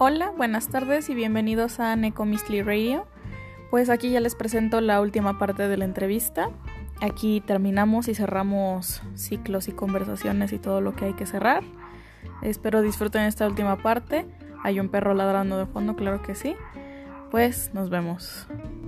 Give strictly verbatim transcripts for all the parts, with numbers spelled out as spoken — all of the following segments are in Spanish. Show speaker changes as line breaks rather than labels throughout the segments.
Hola, buenas tardes y bienvenidos a Necomistly Radio. Pues aquí ya les presento la última parte de la entrevista. Aquí terminamos y cerramos ciclos y conversaciones y todo lo que hay que cerrar. Espero disfruten esta última parte. Hay un perro ladrando de fondo, claro que sí. Pues nos vemos.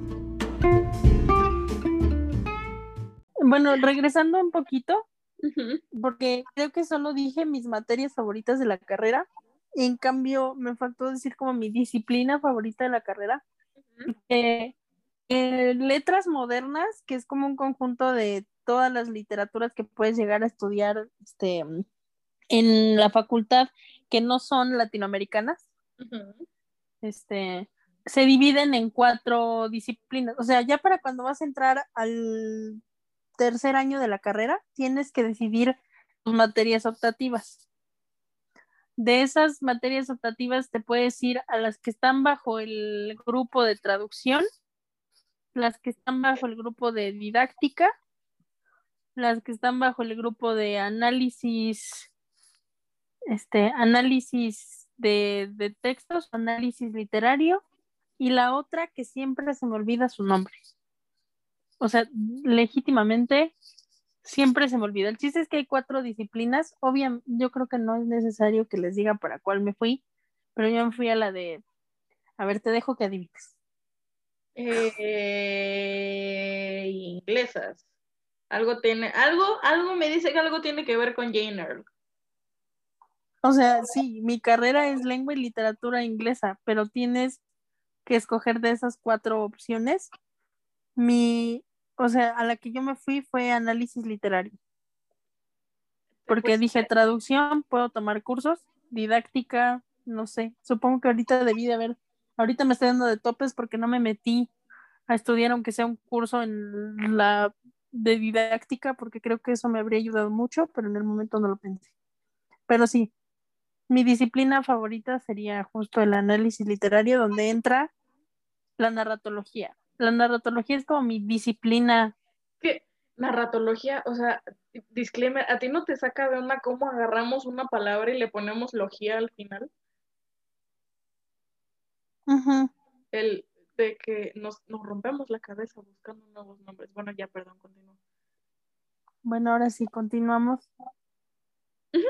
Bueno, regresando un poquito,
Uh-huh.
porque creo que solo dije mis materias favoritas de la carrera, y en cambio me faltó decir como mi disciplina favorita de la carrera.
Uh-huh.
Eh, eh, letras modernas, que es como un conjunto de todas las literaturas que puedes llegar a estudiar este, en la facultad que no son latinoamericanas.
Uh-huh.
Este, se dividen en cuatro disciplinas. O sea, ya para cuando vas a entrar al tercer año de la carrera, tienes que decidir tus materias optativas. De esas materias optativas te puedes ir a las que están bajo el grupo de traducción, las que están bajo el grupo de didáctica, las que están bajo el grupo de análisis, este, análisis de, de textos, análisis literario, y la otra que siempre se me olvida su nombre. O sea, legítimamente siempre se me olvida. El chiste es que hay cuatro disciplinas. Obviamente, yo creo que no es necesario que les diga para cuál me fui, pero yo me fui a la de, a ver, te dejo que adivines.
Eh, inglesas. Algo tiene, algo, algo me dice que algo tiene que ver con Jane Eyre.
O sea, sí, mi carrera es lengua y literatura inglesa, pero tienes que escoger de esas cuatro opciones. Mi, o sea, a la que yo me fui fue análisis literario. Porque
Pues,
dije traducción, puedo tomar cursos, didáctica, no sé, supongo que ahorita debí de haber, ahorita me estoy dando de topes porque no me metí a estudiar aunque sea un curso en la de didáctica, porque creo que eso me habría ayudado mucho, pero en el momento no lo pensé. Pero sí, mi disciplina favorita sería justo el análisis literario, donde entra la narratología. La narratología es como mi disciplina.
¿qué? Narratología, o sea, disclaimer, ¿a ti no te saca de onda cómo agarramos una palabra y le ponemos logía al final?
Uh-huh.
El de que nos, nos rompemos la cabeza buscando nuevos nombres. Bueno, ya, perdón, continúo.
Bueno, ahora sí, continuamos.
Uh-huh.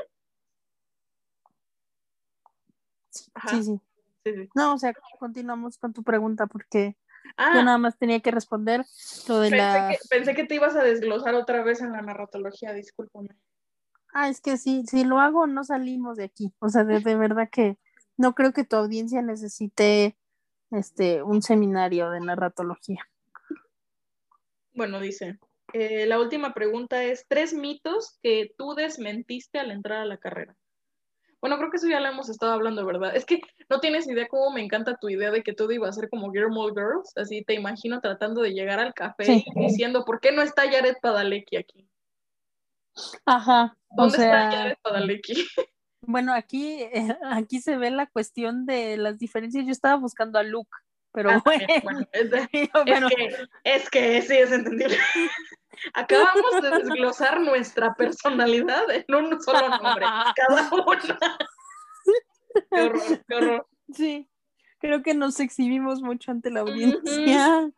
Sí, sí, sí.
Sí, sí.
No, o sea, continuamos con tu pregunta porque
Ah,
yo nada más tenía que responder lo de
pensé
la...
que, pensé que te ibas a desglosar otra vez en la narratología, discúlpame.
Ah, es que sí, si lo hago no salimos de aquí. O sea, de, de verdad que no creo que tu audiencia necesite este un seminario de narratología.
Bueno, dice, eh, la última pregunta es, tres mitos que tú desmentiste al entrar a la carrera. Bueno, creo que eso ya lo hemos estado hablando, ¿verdad? Es que no tienes idea cómo me encanta tu idea de que todo iba a ser como Gilmore Girls. Así te imagino tratando de llegar al café
Sí.
y diciendo, ¿por qué no está Jared Padalecki aquí?
Ajá, o
¿Dónde está
sea,
Jared Padalecki?
bueno, aquí, eh, aquí se ve la cuestión de las diferencias. Yo estaba buscando a Luke, pero
Ah,
bueno,
también, bueno, es, de-
digo,
es
pero
que, es que sí es entendible. Acabamos de desglosar nuestra personalidad en un solo nombre, cada una. Qué horror, qué horror.
sí, creo que nos exhibimos mucho ante la
Ujú.
audiencia.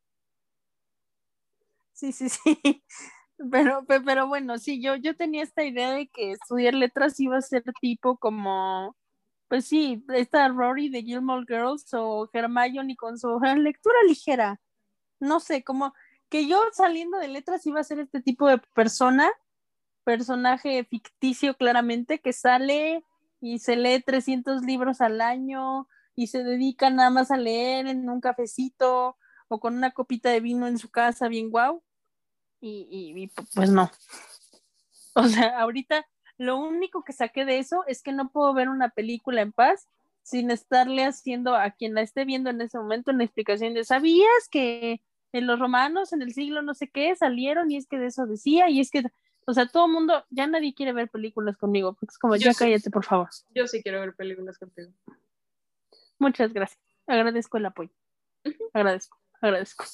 Sí, sí, sí. Pero, pe- pero bueno, sí, yo, yo tenía esta idea de que estudiar letras iba a ser tipo como, pues sí, esta Rory de Gilmore Girls o Hermione con su eh, lectura ligera. No sé, como que yo saliendo de letras iba a ser este tipo de persona, personaje ficticio claramente, que sale y se lee trescientos libros al año y se dedica nada más a leer en un cafecito o con una copita de vino en su casa, bien guau. Y, y, y pues no. O sea, ahorita lo único que saqué de eso es que no puedo ver una película en paz sin estarle haciendo a quien la esté viendo en ese momento una explicación de, ¿sabías que en los romanos en el siglo no sé qué salieron y es que de eso decía y es que, o sea, todo el mundo, ya nadie quiere ver películas conmigo, porque es como,
Yo
ya
sí,
cállate, por favor.
yo sí quiero ver películas contigo.
Muchas gracias. Agradezco el apoyo. Agradezco, agradezco.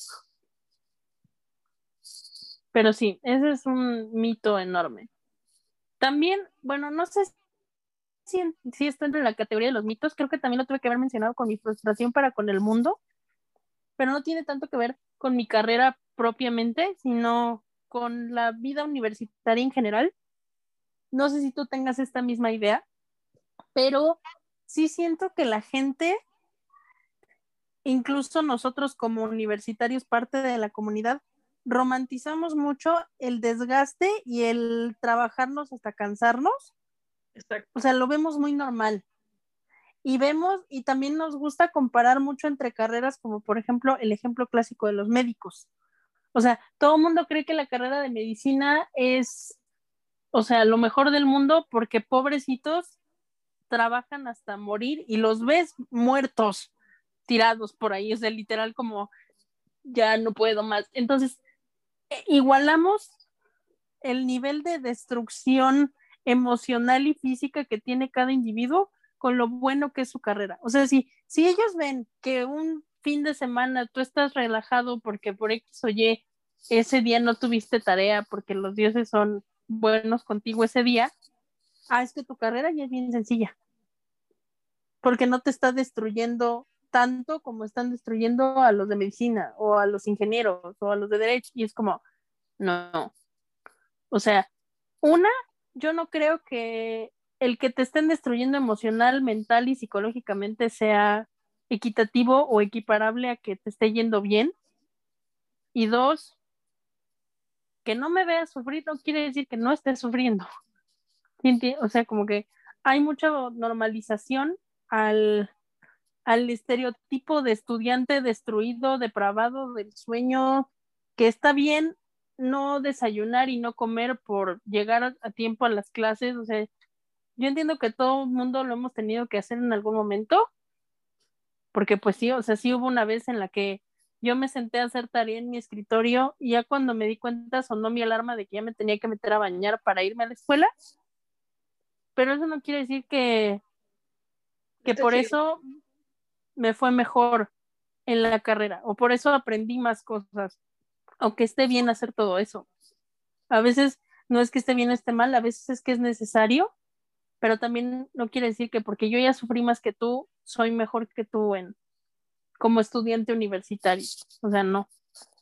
Pero sí, ese es un mito enorme. También, bueno, no sé sí, sí esto entra en la categoría de los mitos, creo que también lo tuve que haber mencionado con mi frustración para con el mundo, pero no tiene tanto que ver con mi carrera propiamente, sino con la vida universitaria en general. No sé si tú tengas esta misma idea, pero sí siento que la gente, incluso nosotros como universitarios, parte de la comunidad, romantizamos mucho el desgaste y el trabajarnos hasta cansarnos.
Exacto.
O sea, lo vemos muy normal. Y vemos, y también nos gusta comparar mucho entre carreras, como por ejemplo el ejemplo clásico de los médicos. O sea, todo el mundo cree que la carrera de medicina es, o sea, lo mejor del mundo porque pobrecitos trabajan hasta morir y los ves muertos, tirados por ahí, o sea, literal como ya no puedo más. Entonces, igualamos el nivel de destrucción emocional y física que tiene cada individuo con lo bueno que es su carrera. O sea, si, si ellos ven que un fin de semana tú estás relajado porque por X o Y ese día no tuviste tarea porque los dioses son buenos contigo ese día, ah, es que tu carrera ya es bien sencilla, porque no te está destruyendo tanto como están destruyendo a los de medicina o a los ingenieros o a los de derecho, y es como, no, o sea, una, yo no creo que el que te estén destruyendo emocional, mental y psicológicamente sea equitativo o equiparable a que te esté yendo bien. Y dos, que no me veas sufrir no quiere decir que no estés sufriendo. O sea, como que hay mucha normalización al, al estereotipo de estudiante destruido, depravado del sueño, que está bien no desayunar y no comer por llegar a, a tiempo a las clases. O sea, yo entiendo que todo el mundo lo hemos tenido que hacer en algún momento, porque pues sí, o sea, sí hubo una vez en la que yo me senté a hacer tarea en mi escritorio y ya cuando me di cuenta sonó mi alarma de que ya me tenía que meter a bañar para irme a la escuela, pero eso no quiere decir que, que
Está
por
chido.
eso me fue mejor en la carrera o por eso aprendí más cosas, aunque esté bien hacer todo eso. A veces no es que esté bien o esté mal, a veces es que es necesario, pero también no quiere decir que porque yo ya sufrí más que tú, soy mejor que tú en como estudiante universitario. O sea, no.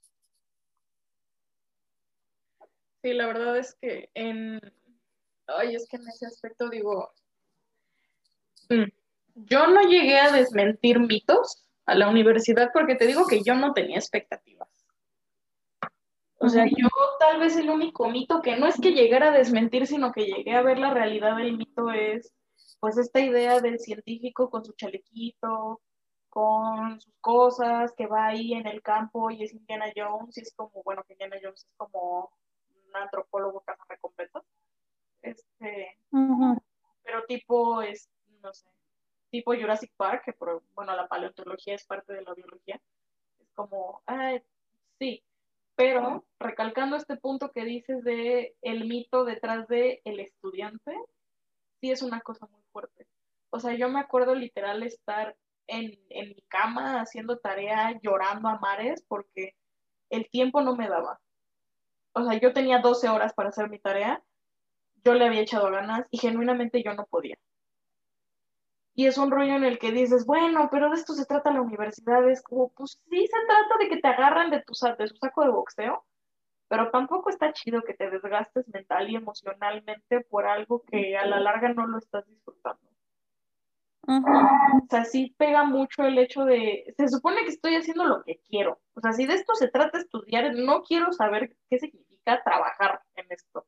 Sí, la verdad es que en, ay, es que en ese aspecto digo, mm, yo no llegué a desmentir mitos a la universidad porque te digo que yo no tenía expectativas. O sea, yo tal vez el único mito que no es que llegara a desmentir, sino que llegué a ver la realidad del mito es, pues, esta idea del científico con su chalequito, con sus cosas, que va ahí en el campo y es Indiana Jones, y es como, bueno, que Indiana Jones es como un antropólogo cazarrecompensas. Este,
Uh-huh.
pero tipo, es, no sé, tipo Jurassic Park, que por, bueno, la paleontología es parte de la biología, es como, ah, sí, pero recalcando este punto que dices de el mito detrás de el estudiante, sí es una cosa muy fuerte. O sea, yo me acuerdo literal estar en, en mi cama haciendo tarea, llorando a mares, porque el tiempo no me daba. O sea, yo tenía doce horas para hacer mi tarea, yo le había echado ganas y genuinamente yo no podía. Y es un rollo en el que dices, bueno, pero de esto se trata la universidad, es como, pues sí se trata de que te agarran de tu, de su saco de boxeo, pero tampoco está chido que te desgastes mental y emocionalmente por algo que a la larga no lo estás disfrutando.
Uh-huh.
O sea, sí pega mucho el hecho de, se supone que estoy haciendo lo que quiero. O sea, si de esto se trata estudiar, no quiero saber qué significa trabajar en esto.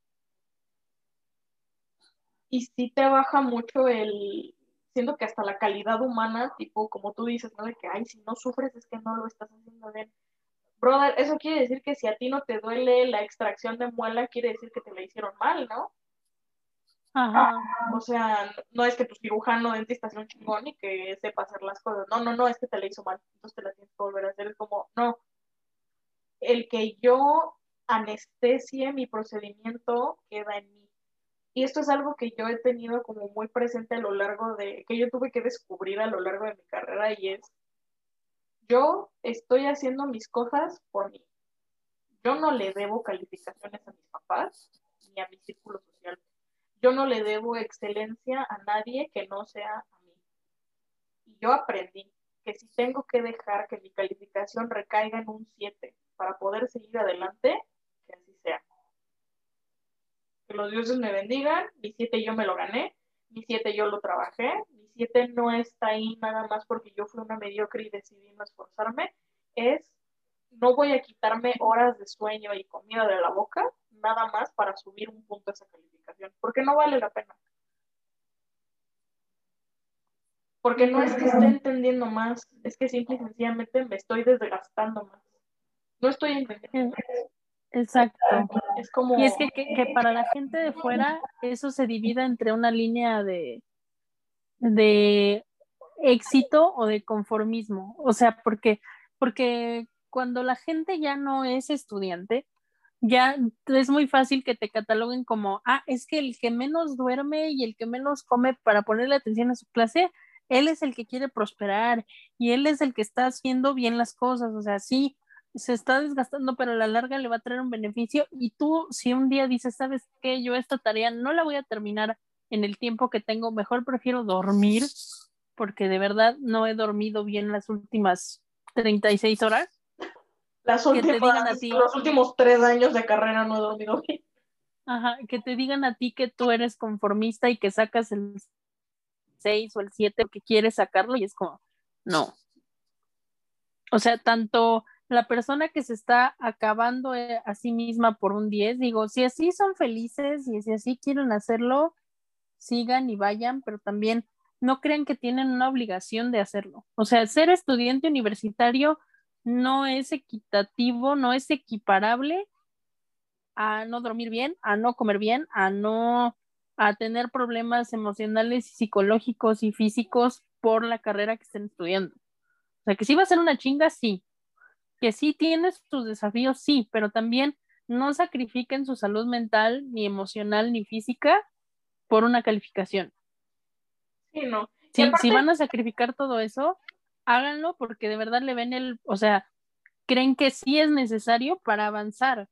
Y sí te baja mucho el, siento que hasta la calidad humana, tipo, como tú dices, ¿no? De que, ay, si no sufres es que no lo estás haciendo bien. Brother, eso quiere decir que si a ti no te duele la extracción de muela, quiere decir que te la hicieron mal, ¿no?
Ajá.
O sea, no es que tu cirujano dentista sea un chingón y que sepa hacer las cosas. No, no, no, es que te la hizo mal. Entonces te la tienes que volver a hacer. Es como, no. El que yo anestesie mi procedimiento queda en mí. Y esto es algo que yo he tenido como muy presente a lo largo de, que yo tuve que descubrir a lo largo de mi carrera y es, yo estoy haciendo mis cosas por mí. Yo no le debo calificaciones a mis papás ni a mi círculo social. yo no le debo excelencia a nadie que no sea a mí. Y yo aprendí que si tengo que dejar que mi calificación recaiga en un siete para poder seguir adelante, que así sea. Que los dioses me bendigan, mi siete yo me lo gané, mi siete yo lo trabajé, mi siete no está ahí nada más porque yo fui una mediocre y decidí no esforzarme, es no voy a quitarme horas de sueño y comida de la boca nada más para subir un punto a esa calificación, porque no vale la pena. Porque no es que esté entendiendo más, es que simple y sencillamente me estoy desgastando más. No estoy entendiendo.
Exacto.
Es como...
Y es que, que, que para la gente de fuera eso se divide entre una línea de, de éxito o de conformismo. O sea, porque, porque cuando la gente ya no es estudiante, ya es muy fácil que te cataloguen como, ah, es que el que menos duerme y el que menos come para ponerle atención a su clase, él es el que quiere prosperar y él es el que está haciendo bien las cosas. O sea, sí, se está desgastando, pero a la larga le va a traer un beneficio. Y tú, si un día dices, ¿sabes qué? Yo esta tarea no la voy a terminar en el tiempo que tengo, mejor prefiero dormir, porque de verdad no he dormido bien las últimas treinta y seis horas.
Las
Que te
últimas,
digan a ti,
los últimos tres años de carrera no he dormido bien.
ajá, que te digan a ti que tú eres conformista y que sacas el seis o el siete que quieres sacarlo y es como, no. O sea, tanto la persona que se está acabando eh, a sí misma por un diez, digo, si así son felices y si así quieren hacerlo, sigan y vayan, pero también no crean que tienen una obligación de hacerlo. O sea, ser estudiante universitario no es equitativo, no es equiparable a no dormir bien, a no comer bien, a no, a tener problemas emocionales y psicológicos y físicos por la carrera que estén estudiando. O sea, que sí va a ser una chinga, sí. Que sí tienes sus desafíos, sí, pero también no sacrifiquen su salud mental, ni emocional, ni física por una calificación.
Sí, no. Y
Si,
aparte,
si van a sacrificar todo eso, háganlo porque de verdad le ven el, o sea, creen que sí es necesario para avanzar.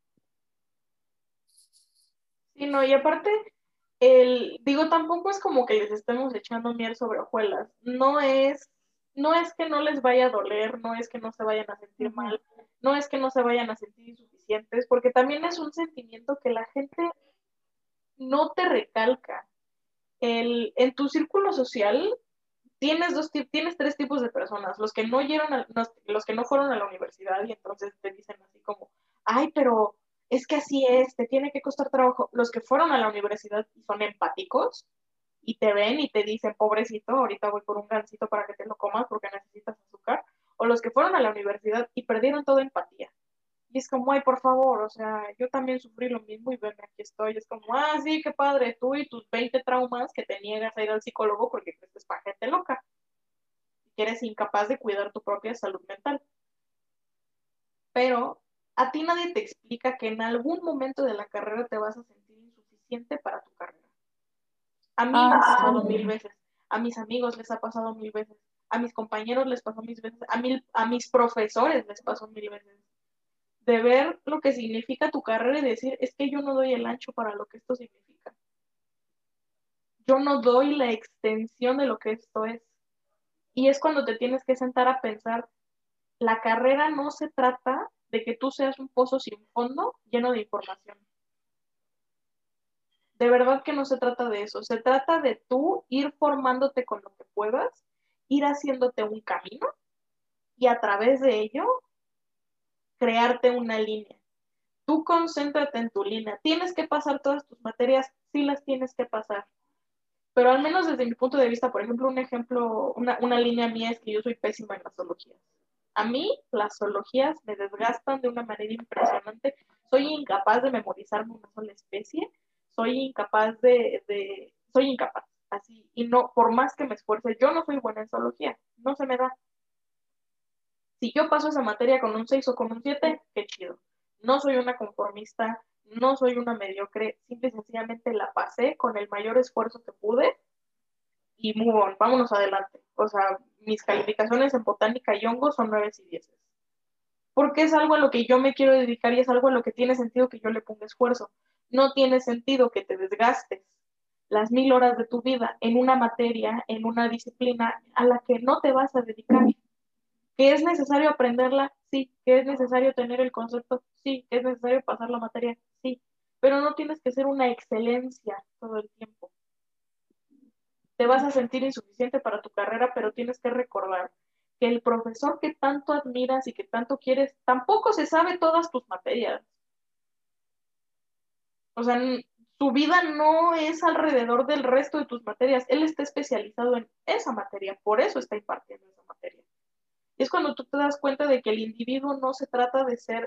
sí, no, y aparte, el, digo, tampoco es como que les estemos echando miel sobre hojuelas. No es, no es que no les vaya a doler, no es que no se vayan a sentir
Uh-huh.
mal, no es que no se vayan a sentir insuficientes, porque también es un sentimiento que la gente no te recalca. El, en tu círculo social tienes dos tienes tres tipos de personas, los que no llegaron a, los que no fueron a la universidad y entonces te dicen así como, ay, pero es que así es, te tiene que costar trabajo. Los que fueron a la universidad y son empáticos y te ven y te dicen, pobrecito, ahorita voy por un gansito para que te lo comas porque necesitas azúcar. O los que fueron a la universidad y perdieron toda empatía. Y es como, ay, por favor, o sea, yo también sufrí lo mismo y ven, aquí estoy. Es como, ah, sí, qué padre, tú y tus veinte traumas que te niegas a ir al psicólogo porque crees que es para gente loca. Que eres incapaz de cuidar tu propia salud mental. Pero a ti nadie te explica que en algún momento de la carrera te vas a sentir insuficiente para tu carrera. A mí me ha pasado
Ah,
mil veces, a mis amigos les ha pasado mil veces, a mis compañeros les pasó mil veces, a, mil, a mis profesores les pasó mil veces. De ver lo que significa tu carrera y decir, es que yo no doy el ancho para lo que esto significa. Yo no doy la extensión de lo que esto es. Y es cuando te tienes que sentar a pensar, la carrera no se trata de que tú seas un pozo sin fondo lleno de información. De verdad que no se trata de eso. Se trata de tú ir formándote con lo que puedas, ir haciéndote un camino y a través de ello crearte una línea. Tú concéntrate en tu línea. ¿Tienes que pasar todas tus materias? Sí las tienes que pasar. Pero al menos desde mi punto de vista, por ejemplo, un ejemplo, una, una línea mía es que yo soy pésima en las zoologías. A mí las zoologías me desgastan de una manera impresionante. Soy incapaz de memorizarme una sola especie. Soy incapaz de, de, soy incapaz, así. Y no, por más que me esfuerce, yo no soy buena en zoología. No se me da. Si yo paso esa materia con un seis o con un siete, qué chido. No soy una conformista, no soy una mediocre, simple y sencillamente la pasé con el mayor esfuerzo que pude y move on, vámonos adelante. O sea, mis calificaciones en botánica y hongos son nueve y diez. Porque es algo a lo que yo me quiero dedicar y es algo a lo que tiene sentido que yo le ponga esfuerzo. No tiene sentido que te desgastes las mil horas de tu vida en una materia, en una disciplina a la que no te vas a dedicar. ¿Que es necesario aprenderla? Sí. ¿Que es necesario tener el concepto? Sí. ¿Que es necesario pasar la materia? Sí. Pero no tienes que ser una excelencia todo el tiempo. Te vas a sentir insuficiente para tu carrera, pero tienes que recordar que el profesor que tanto admiras y que tanto quieres, tampoco se sabe todas tus materias. O sea, su vida no es alrededor del resto de tus materias. Él está especializado en esa materia, por eso está impartiendo esa materia. Y es cuando tú te das cuenta de que el individuo no se trata de ser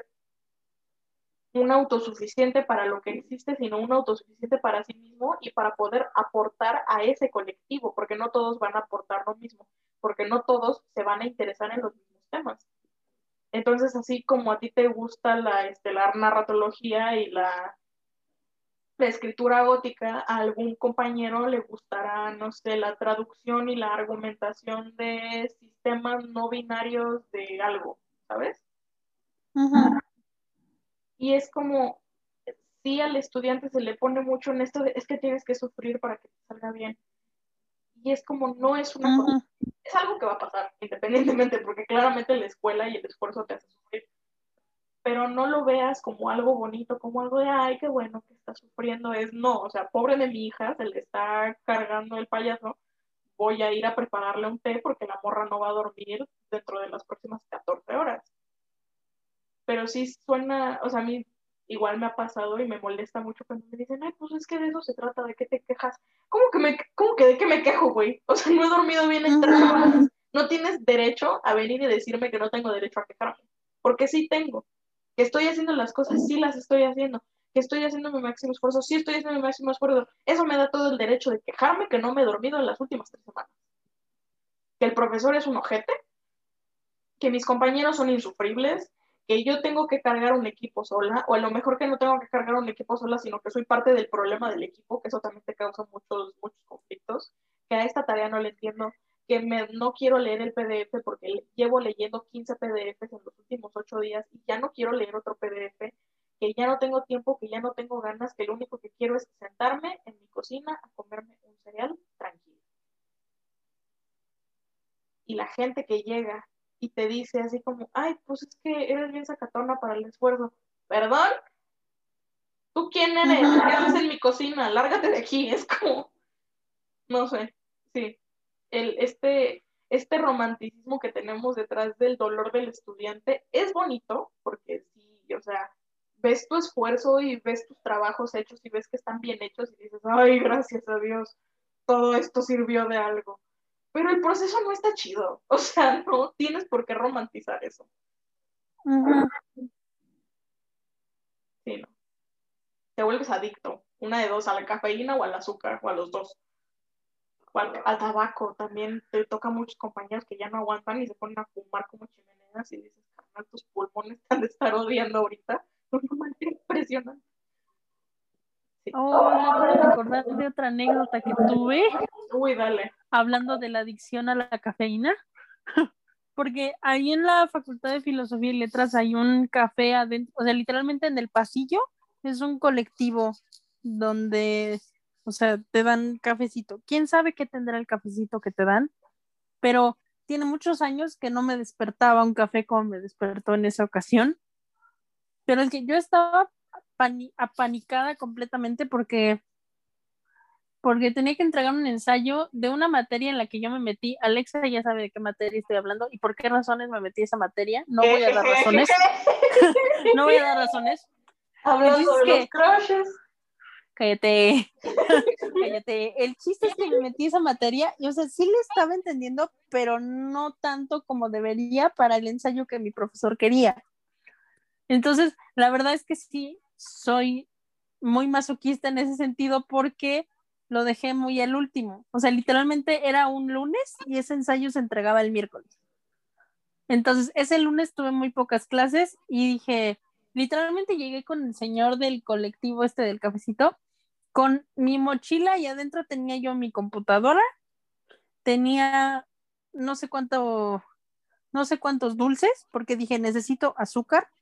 un autosuficiente para lo que existe, sino un autosuficiente para sí mismo y para poder aportar a ese colectivo, porque no todos van a aportar lo mismo, porque no todos se van a interesar en los mismos temas. Entonces, así como a ti te gusta la, este, la narratología y la, la escritura gótica, a algún compañero le gustará, no sé, la traducción y la argumentación de sistemas no binarios de algo, ¿sabes?
Uh-huh.
Y es como, sí, al estudiante se le pone mucho en esto de, es que tienes que sufrir para que te salga bien. Y es como, no es una
Uh-huh.
cosa, es algo que va a pasar, independientemente, porque claramente la escuela y el esfuerzo te hace sufrir. Pero no lo veas como algo bonito, como algo de, ay, qué bueno que está sufriendo. Es no, o sea, pobre de mi hija, se le está cargando el payaso, voy a ir a prepararle un té porque la morra no va a dormir dentro de las próximas catorce horas. Pero sí suena, o sea, a mí igual me ha pasado y me molesta mucho cuando me dicen, ay, pues es que de eso se trata, ¿de qué te quejas? ¿Cómo que, me, cómo que de qué me quejo, güey? O sea, no he dormido bien en tres semanas. No tienes derecho a venir y decirme que no tengo derecho a quejarme, porque sí tengo. Que estoy haciendo las cosas, sí las estoy haciendo. Que estoy haciendo mi máximo esfuerzo, sí estoy haciendo mi máximo esfuerzo. Eso me da todo el derecho de quejarme que no me he dormido en las últimas tres semanas. Que el profesor es un ojete, que mis compañeros son insufribles, que yo tengo que cargar un equipo sola, o a lo mejor que no tengo que cargar un equipo sola, sino que soy parte del problema del equipo, que eso también te causa muchos, muchos conflictos, que a esta tarea no le entiendo, que me, no quiero leer el P D F porque llevo leyendo quince P D Fs en los últimos ocho días y ya no quiero leer otro P D F, que ya no tengo tiempo, que ya no tengo ganas, que lo único que quiero es sentarme en mi cocina a comerme un cereal tranquilo. Y la gente que llega y te dice así como, ay, pues es que eres bien sacatona para el esfuerzo. ¿Perdón? ¿Tú quién eres? ¿Qué haces en mi cocina? Lárgate de aquí. Es como, no sé, sí. El, este, este romanticismo que tenemos detrás del dolor del estudiante es bonito, porque sí, o sea, ves tu esfuerzo y ves tus trabajos hechos y ves que están bien hechos y dices, ay, gracias a Dios, todo esto sirvió de algo. Pero el proceso no está chido. O sea, no tienes por qué romantizar eso.
Uh-huh.
Sí, no. Te vuelves adicto. Una de dos, a la cafeína o al azúcar, o a los dos. O al, al tabaco. También te toca a muchos compañeros que ya no aguantan y se ponen a fumar como chimeneas y dices, carnal, tus pulmones están de estar odiando ahorita. Es una manera impresionante. Sí.
Oh, me acabo de recordar de otra anécdota que tuve.
Uy, dale.
Hablando de la adicción a la cafeína. Porque ahí en la Facultad de Filosofía y Letras hay un café adentro, o sea, literalmente en el pasillo es un colectivo donde, o sea, te dan cafecito. ¿Quién sabe qué tendrá el cafecito que te dan? Pero tiene muchos años que no me despertaba un café como me despertó en esa ocasión. Pero es que yo estaba apanicada completamente porque porque tenía que entregar un ensayo de una materia en la que yo me metí. Alexa ya sabe de qué materia estoy hablando y por qué razones me metí esa materia. No voy a dar razones. No voy a dar razones.
Hablando de
que...
los crushes.
Cállate. Cállate. El chiste es que me metí esa materia y, o sea, sí le estaba entendiendo, pero no tanto como debería para el ensayo que mi profesor quería. Entonces, la verdad es que sí, soy muy masoquista en ese sentido porque lo dejé muy al último. O sea, literalmente era un lunes y ese ensayo se entregaba el miércoles. Entonces, ese lunes tuve muy pocas clases y dije, literalmente llegué con el señor del colectivo este del cafecito, con mi mochila y adentro tenía yo mi computadora, tenía no sé cuánto, no sé cuántos dulces, porque dije, necesito azúcar,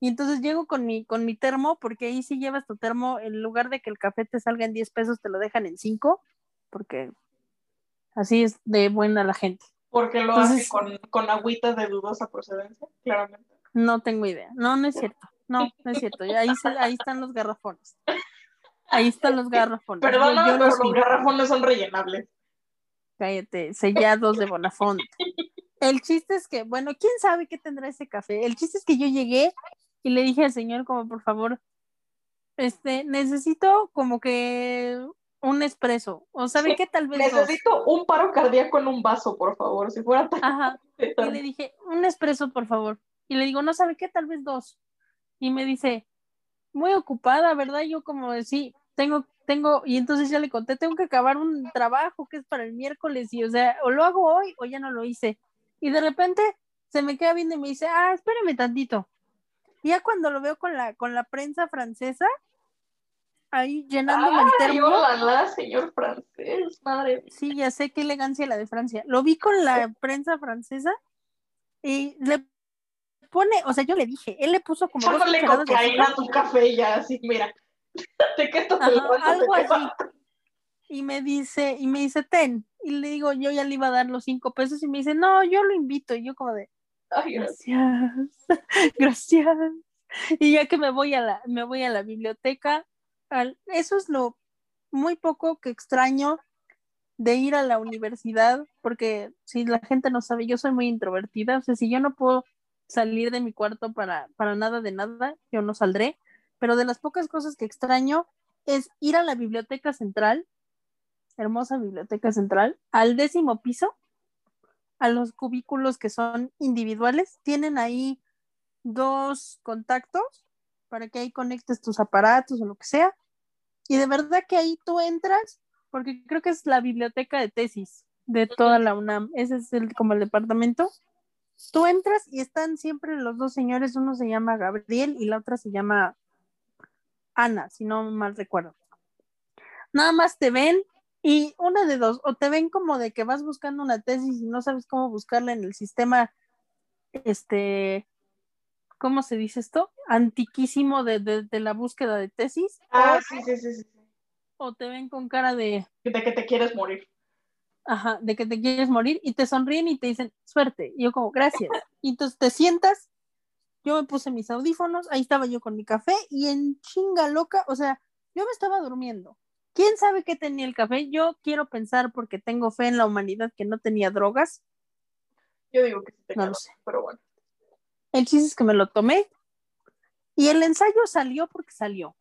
Y entonces llego con mi, con mi termo, porque ahí sí llevas tu termo, en lugar de que el café te salga en diez pesos, te lo dejan en cinco, porque así es de buena la gente.
Porque lo hace
Entonces,
con, con agüita de dudosa procedencia, claramente.
no tengo idea. No, no es cierto. No, no es cierto. Ahí, se, ahí están los garrafones. Ahí están los garrafones. Yo,
Perdóname,
yo
pero
los
los
vi.
garrafones son rellenables.
Cállate, sellados de Bonafont. El chiste es que, bueno, quién sabe qué tendrá ese café. El chiste es que yo llegué y le dije al señor, como por favor, este, necesito como que un espresso. O sabe qué, tal vez dos.
Necesito un paro cardíaco en un vaso, por favor. Si fuera tan.
Ajá. Y le dije, un espresso, por favor. Y le digo, no sabe qué, tal vez dos. Y me dice, muy ocupada, ¿verdad? Yo como de, sí, tengo, tengo, y entonces ya le conté, tengo que acabar un trabajo que es para el miércoles, y o sea, o lo hago hoy o ya no lo hice. Y de repente se me queda viendo y me dice, ah, espérame tantito. Y ya cuando lo veo con la, con la prensa francesa, ahí llenándome el
Ay,
termo,
hola, señor francés, madre mía.
sí, ya sé qué elegancia la de Francia. Lo vi con la prensa francesa y le pone, o sea, yo le dije, él le puso como dos
Echándole
cucharadas de
cocaína
azúcar.
a tu café ya, así, mira. De que esto te
Ajá,
levanta, te
algo
te
así.
va.
Y me dice, y me dice, ten. Y le digo, yo ya le iba a dar los cinco pesos y me dice, no, yo lo invito. Y yo como de,
Ay, gracias.
gracias, gracias. Y ya que me voy a la, me voy a la biblioteca, al, eso es lo muy poco que extraño de ir a la universidad, porque si la gente no sabe, yo soy muy introvertida, o sea, si yo no puedo salir de mi cuarto para, para nada de nada, yo no saldré, pero de las pocas cosas que extraño es ir a la biblioteca central, hermosa biblioteca central, al décimo piso, a los cubículos que son individuales, tienen ahí dos contactos para que ahí conectes tus aparatos o lo que sea, y de verdad que ahí tú entras, porque creo que es la biblioteca de tesis de toda la UNAM, ese es el, como el departamento, tú entras y están siempre los dos señores, uno se llama Gabriel y la otra se llama Ana, si no mal recuerdo. Nada más te ven y una de dos, o te ven como de que vas buscando una tesis y no sabes cómo buscarla en el sistema, este, ¿cómo se dice esto? Antiquísimo de, de, de la búsqueda de tesis,
Ah,
o,
sí, sí, sí, sí.
o te ven con cara de,
De que te quieres morir.
ajá, de que te quieres morir y te sonríen y te dicen, suerte. Y yo como, gracias. Y entonces te sientas, yo me puse mis audífonos, ahí estaba yo con mi café y en chinga loca, o sea, yo me estaba durmiendo. ¿Quién sabe qué tenía el café? Yo quiero pensar porque tengo fe en la humanidad que no tenía drogas.
Yo digo que sí
No
tenía
lo
dos,
sé.
pero bueno.
El chiste es que me lo tomé y el ensayo salió porque salió.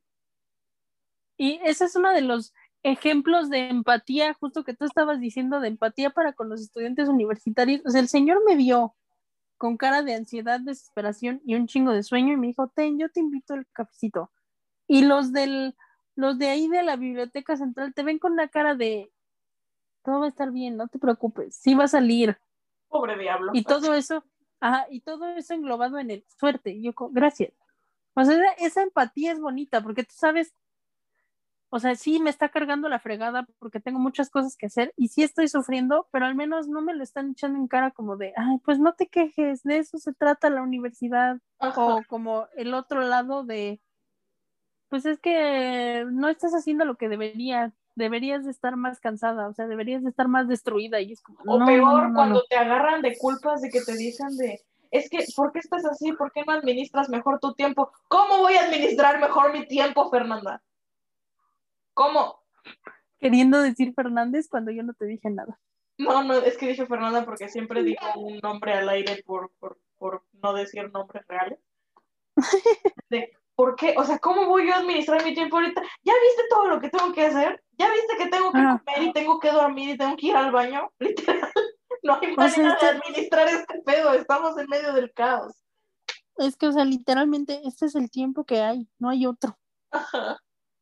Y ese es uno de los ejemplos de empatía, justo que tú estabas diciendo, de empatía para con los estudiantes universitarios. O sea, el señor me vio con cara de ansiedad, desesperación y un chingo de sueño y me dijo, ten, yo te invito el cafecito. Y los del, los de ahí de la biblioteca central te ven con una cara de, todo va a estar bien, no te preocupes, sí va a salir.
Pobre diablo.
Y todo eso, ajá, y todo eso englobado en el suerte. Y yo, gracias. O sea, esa empatía es bonita porque tú sabes, o sea, sí me está cargando la fregada porque tengo muchas cosas que hacer y sí estoy sufriendo, pero al menos no me lo están echando en cara como de, ay, pues no te quejes, de eso se trata la universidad.
Ajá.
O como el otro lado de, pues es que no estás haciendo lo que deberías, deberías de estar más cansada, o sea, deberías de estar más destruida y es como,
O
no, no, no,
peor,
no, no.
cuando te agarran de culpas de que te dicen de, es que, ¿por qué estás así? ¿Por qué no administras mejor tu tiempo? ¿Cómo voy a administrar mejor mi tiempo, Fernanda? ¿Cómo?
Queriendo decir Fernández cuando yo no te dije nada.
No, no, es que dije Fernanda porque siempre digo un nombre al aire por, por, por no decir nombres reales. De, ¿por qué? O sea, ¿cómo voy yo a administrar mi tiempo ahorita? ¿Ya viste todo lo que tengo que hacer? ¿Ya viste que tengo que
Ah,
comer y tengo que dormir y tengo que ir al baño? Literal, no hay
o sea,
manera de
este,
administrar este pedo, estamos en medio del caos.
es que, o sea, literalmente este es el tiempo que hay, no hay otro,
Ajá.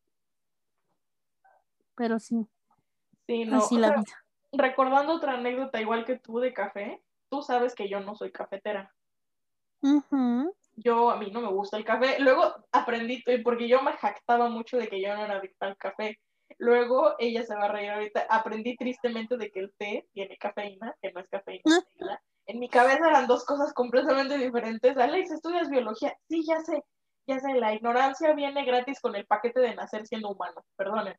pero sí,
Sí, no,
así
o
la
sea,
vida.
recordando otra anécdota igual que tú de café, tú sabes que yo no soy cafetera.
Uh-huh.
Yo, a mí no me gusta el café. Luego aprendí, porque yo me jactaba mucho de que yo no era adicta al café. Luego, ella se va a reír ahorita, aprendí tristemente de que el té tiene cafeína, que no es cafeína.
Ah,
En mi cabeza eran dos cosas completamente diferentes. Alex, ¿estudias biología? Sí, ya sé, ya sé, la ignorancia viene gratis con el paquete de nacer siendo humano, perdonen.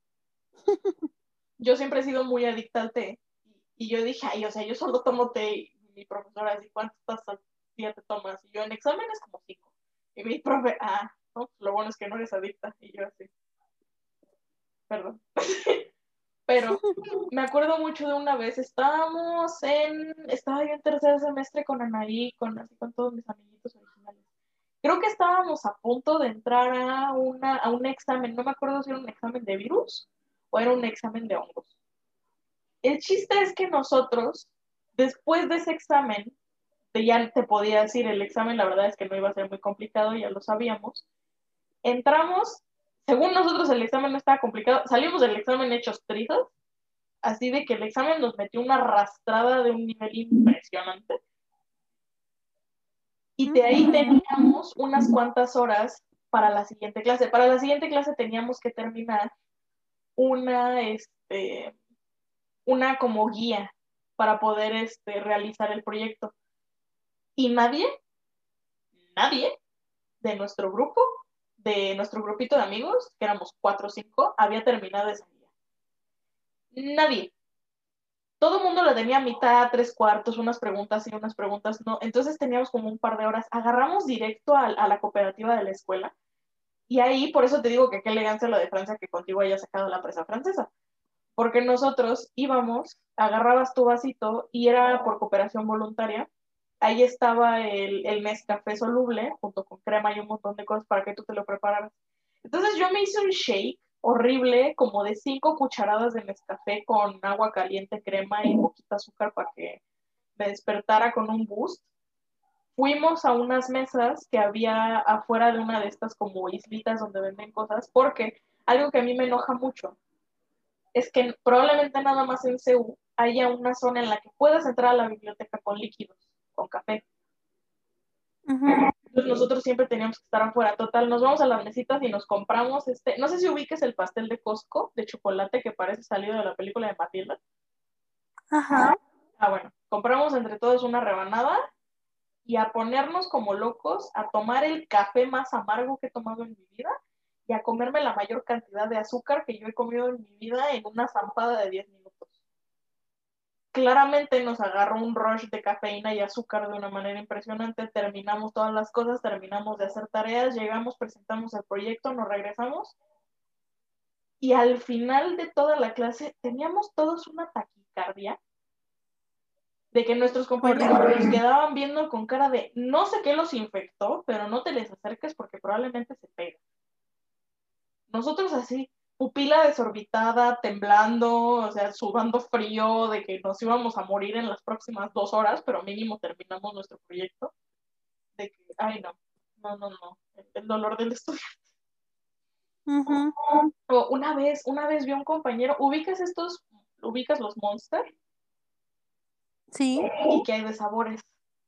Yo siempre he sido muy adicta al té, y yo dije, ay, o sea, yo solo tomo té, y mi profesora así, ¿cuántas tazas al día te tomas? Y yo en exámenes como cinco. Y mi profe, ah, no, lo bueno es que no eres adicta, y yo así, perdón. Pero me acuerdo mucho de una vez, estábamos en, estaba yo en tercer semestre con Anaí, con, así, con todos mis amiguitos originales. Creo que estábamos a punto de entrar a, una, a un examen, no me acuerdo si era un examen de virus o era un examen de hongos. El chiste es que nosotros, después de ese examen, ya te podía decir, el examen la verdad es que no iba a ser muy complicado, ya lo sabíamos, entramos, según nosotros el examen no estaba complicado, salimos del examen hechos trizas, así de que el examen nos metió una arrastrada de un nivel impresionante. Y de ahí teníamos unas cuantas horas para la siguiente clase. Para la siguiente clase teníamos que terminar una, este, una como guía para poder este, realizar el proyecto. Y nadie, nadie de nuestro grupo, de nuestro grupito de amigos, que éramos cuatro o cinco, había terminado esa guía. Nadie. Todo el mundo la tenía a mitad, tres cuartos, unas preguntas y unas preguntas no. Entonces teníamos como un par de horas. Agarramos directo a, a la cooperativa de la escuela. Y ahí, por eso te digo que qué elegancia lo de Francia que contigo haya sacado la presa francesa. Porque nosotros íbamos, agarrabas tu vasito y era por cooperación voluntaria. Ahí estaba el, el Nescafé soluble, junto con crema y un montón de cosas para que tú te lo prepararas. Entonces yo me hice un shake horrible, como de cinco cucharadas de Nescafé con agua caliente, crema y poquita azúcar para que me despertara con un boost. Fuimos a unas mesas que había afuera de una de estas como islitas donde venden cosas, porque algo que a mí me enoja mucho es que probablemente nada más en C U haya una zona en la que puedas entrar a la biblioteca con líquidos, con café. Uh-huh. Entonces nosotros siempre teníamos que estar afuera. Total, nos vamos a las mesitas y nos compramos este, no sé si ubiques el pastel de Costco de chocolate que parece salido de la película de Matilda.
Ajá.
Ah, bueno, compramos entre todos una rebanada y a ponernos como locos a tomar el café más amargo que he tomado en mi vida y a comerme la mayor cantidad de azúcar que yo he comido en mi vida en una zampada de diez minutos. Claramente nos agarró un rush de cafeína y azúcar de una manera impresionante, terminamos todas las cosas, terminamos de hacer tareas, llegamos, presentamos el proyecto, nos regresamos y al final de toda la clase teníamos todos una taquicardia de que nuestros compañeros nos quedaban viendo con cara de no sé qué los infectó, pero no te les acerques porque probablemente se pega. Nosotros así, pupila desorbitada, temblando, o sea, sudando frío, de que nos íbamos a morir en las próximas dos horas, pero mínimo terminamos nuestro proyecto. De que, ay no, no, no, no, el, el dolor del estudiante. Uh-huh. O una vez, una vez vi a un compañero, ¿ubicas estos, ubicas los Monster?
Sí.
Y que hay de sabores.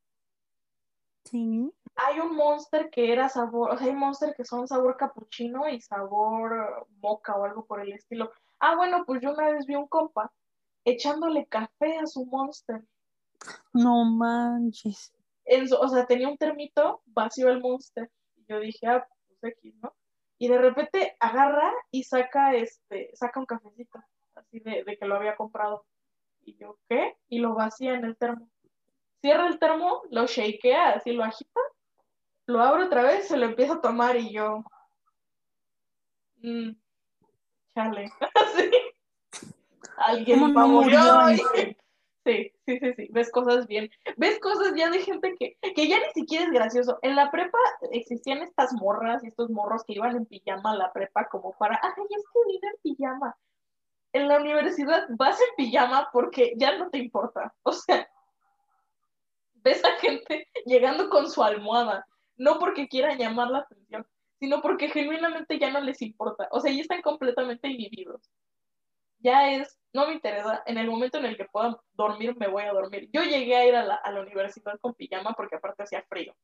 Sí.
Hay un Monster que era sabor, o sea, hay Monster que son sabor capuchino y sabor moca o algo por el estilo. Ah, bueno, pues yo una vez vi un compa echándole café a su Monster.
No manches.
En su, o sea, tenía un termito vacío el Monster. Y yo dije, ah, pues X, ¿no? Y de repente agarra y saca este, saca un cafecito, así de, de que lo había comprado. Y yo, ¿qué? Y lo vacía en el termo. Cierra el termo, lo shakea, así lo agita, lo abro otra vez, se lo empiezo a tomar y yo, mmm, chale, así, alguien va murió. Sí, sí, sí, sí, ves cosas bien, ves cosas ya de gente que, que ya ni siquiera es gracioso. En la prepa existían estas morras y estos morros que iban en pijama a la prepa como para, ay, es que vine en pijama. En la universidad vas en pijama porque ya no te importa, o sea, ves a gente llegando con su almohada, no porque quieran llamar la atención, sino porque genuinamente ya no les importa. O sea, ya están completamente inhibidos. Ya es, no me interesa, en el momento en el que pueda dormir, me voy a dormir. Yo llegué a ir a la, a la universidad con pijama porque aparte hacía frío.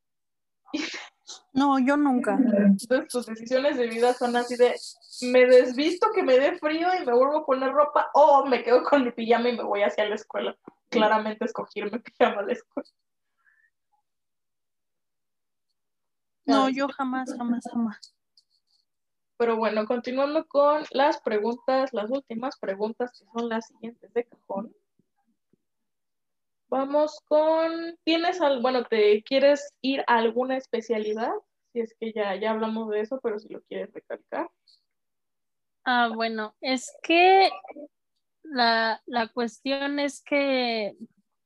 No, yo nunca.
Entonces tus decisiones de vida son así de, me desvisto que me dé frío y me vuelvo a poner ropa, o me quedo con mi pijama y me voy hacia la escuela. claramente escogí irme en pijama a la escuela.
No,
Ay,
yo jamás, jamás, jamás.
Pero bueno, continuando con las preguntas, las últimas preguntas que son las siguientes de cajón. Vamos con, ¿tienes al, bueno, te quieres ir a alguna especialidad? Si es que ya, ya hablamos de eso, pero si lo quieres recalcar.
Ah, bueno, es que la, la cuestión es que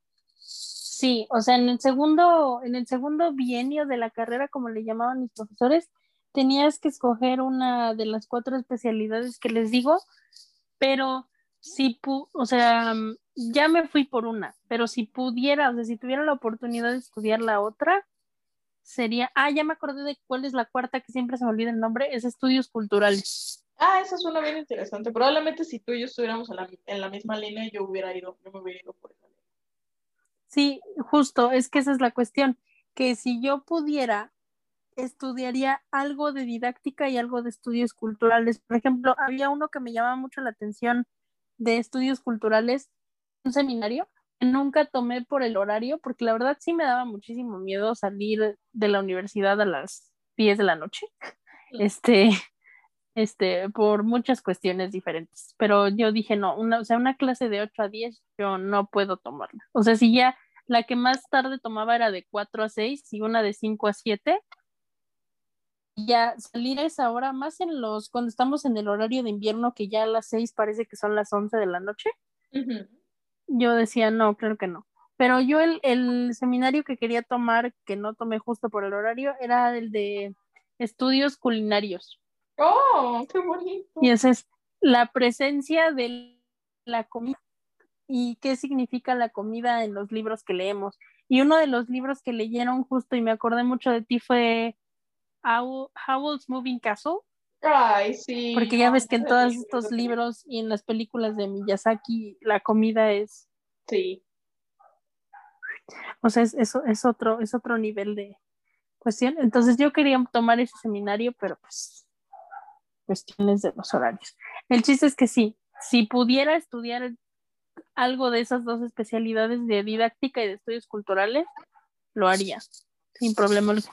sí, o sea, en el segundo, en el segundo bienio de la carrera, como le llamaban mis profesores, tenías que escoger una de las cuatro especialidades que les digo, pero si pu, o sea, mm, ya me fui por una, pero si pudiera, o sea, si tuviera la oportunidad de estudiar la otra, sería, ah, ya me acordé de cuál es la cuarta que siempre se me olvida el nombre, es estudios culturales.
Ah, esa suena bien interesante. Probablemente si tú y yo estuviéramos en la, en la misma línea, yo hubiera ido, yo me hubiera ido por esa línea.
Sí, justo, es que esa es la cuestión, que si yo pudiera, estudiaría algo de didáctica y algo de estudios culturales. Por ejemplo, había uno que me llamaba mucho la atención de estudios culturales, un seminario que nunca tomé por el horario, porque la verdad sí me daba muchísimo miedo salir de la universidad a las diez de la noche. Este, este, por muchas cuestiones diferentes. Pero yo dije, no, una, o sea, una clase de ocho a diez yo no puedo tomarla. O sea, si ya la que más tarde tomaba era de cuatro a seis y una de cinco a siete, ya salir a esa hora, más en los, cuando estamos en el horario de invierno, que ya a las seis parece que son las once de la noche,
Uh-huh.
yo decía, no, creo que no. Pero yo el, el seminario que quería tomar, que no tomé justo por el horario, era el de estudios culinarios.
Oh, qué bonito.
Y esa es la presencia de la comida y qué significa la comida en los libros que leemos. Y uno de los libros que leyeron justo, y me acordé mucho de ti, fue Howl- Howl's Moving Castle,
Ay, sí,
porque
yo
ya
amo
ves que en
ese
todos
libro,
estos
ese libro.
libros y en las películas de Miyazaki la comida es,
Sí.
o sea, es, es, es otro, es otro nivel de cuestión. Entonces yo quería tomar ese seminario, pero pues cuestiones de los horarios. El chiste es que sí, si pudiera estudiar algo de esas dos especialidades de didáctica y de estudios culturales, lo haría, sin problema alguno.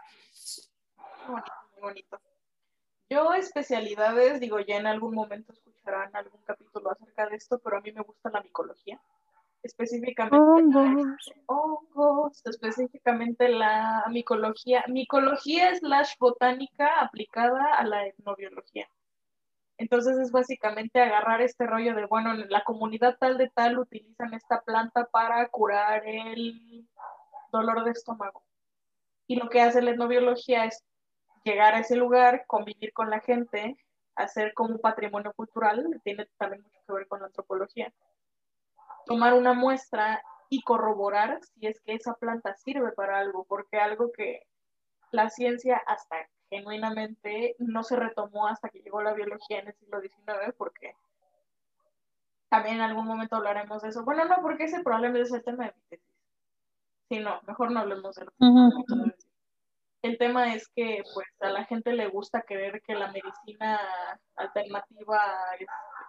Muy bonito, muy bonito. Yo especialidades, digo, ya en algún momento escucharán algún capítulo acerca de esto, pero a mí me gusta la micología, específicamente
Hongos.
hongos, específicamente la micología, micología slash botánica aplicada a la etnobiología. Entonces es básicamente agarrar este rollo de, bueno, en la comunidad tal de tal utilizan esta planta para curar el dolor de estómago. Y lo que hace la etnobiología es llegar a ese lugar, convivir con la gente, hacer como un patrimonio cultural, tiene también mucho que ver con la antropología, tomar una muestra y corroborar si es que esa planta sirve para algo, porque algo que la ciencia hasta genuinamente no se retomó hasta que llegó la biología en el siglo diecinueve, porque también en algún momento hablaremos de eso. Bueno, no, porque ese probablemente es el tema de mi tesis. Sí, no, mejor no hablemos de lo que
Uh-huh.
vamos a decir. El tema es que pues a la gente le gusta creer que la medicina alternativa es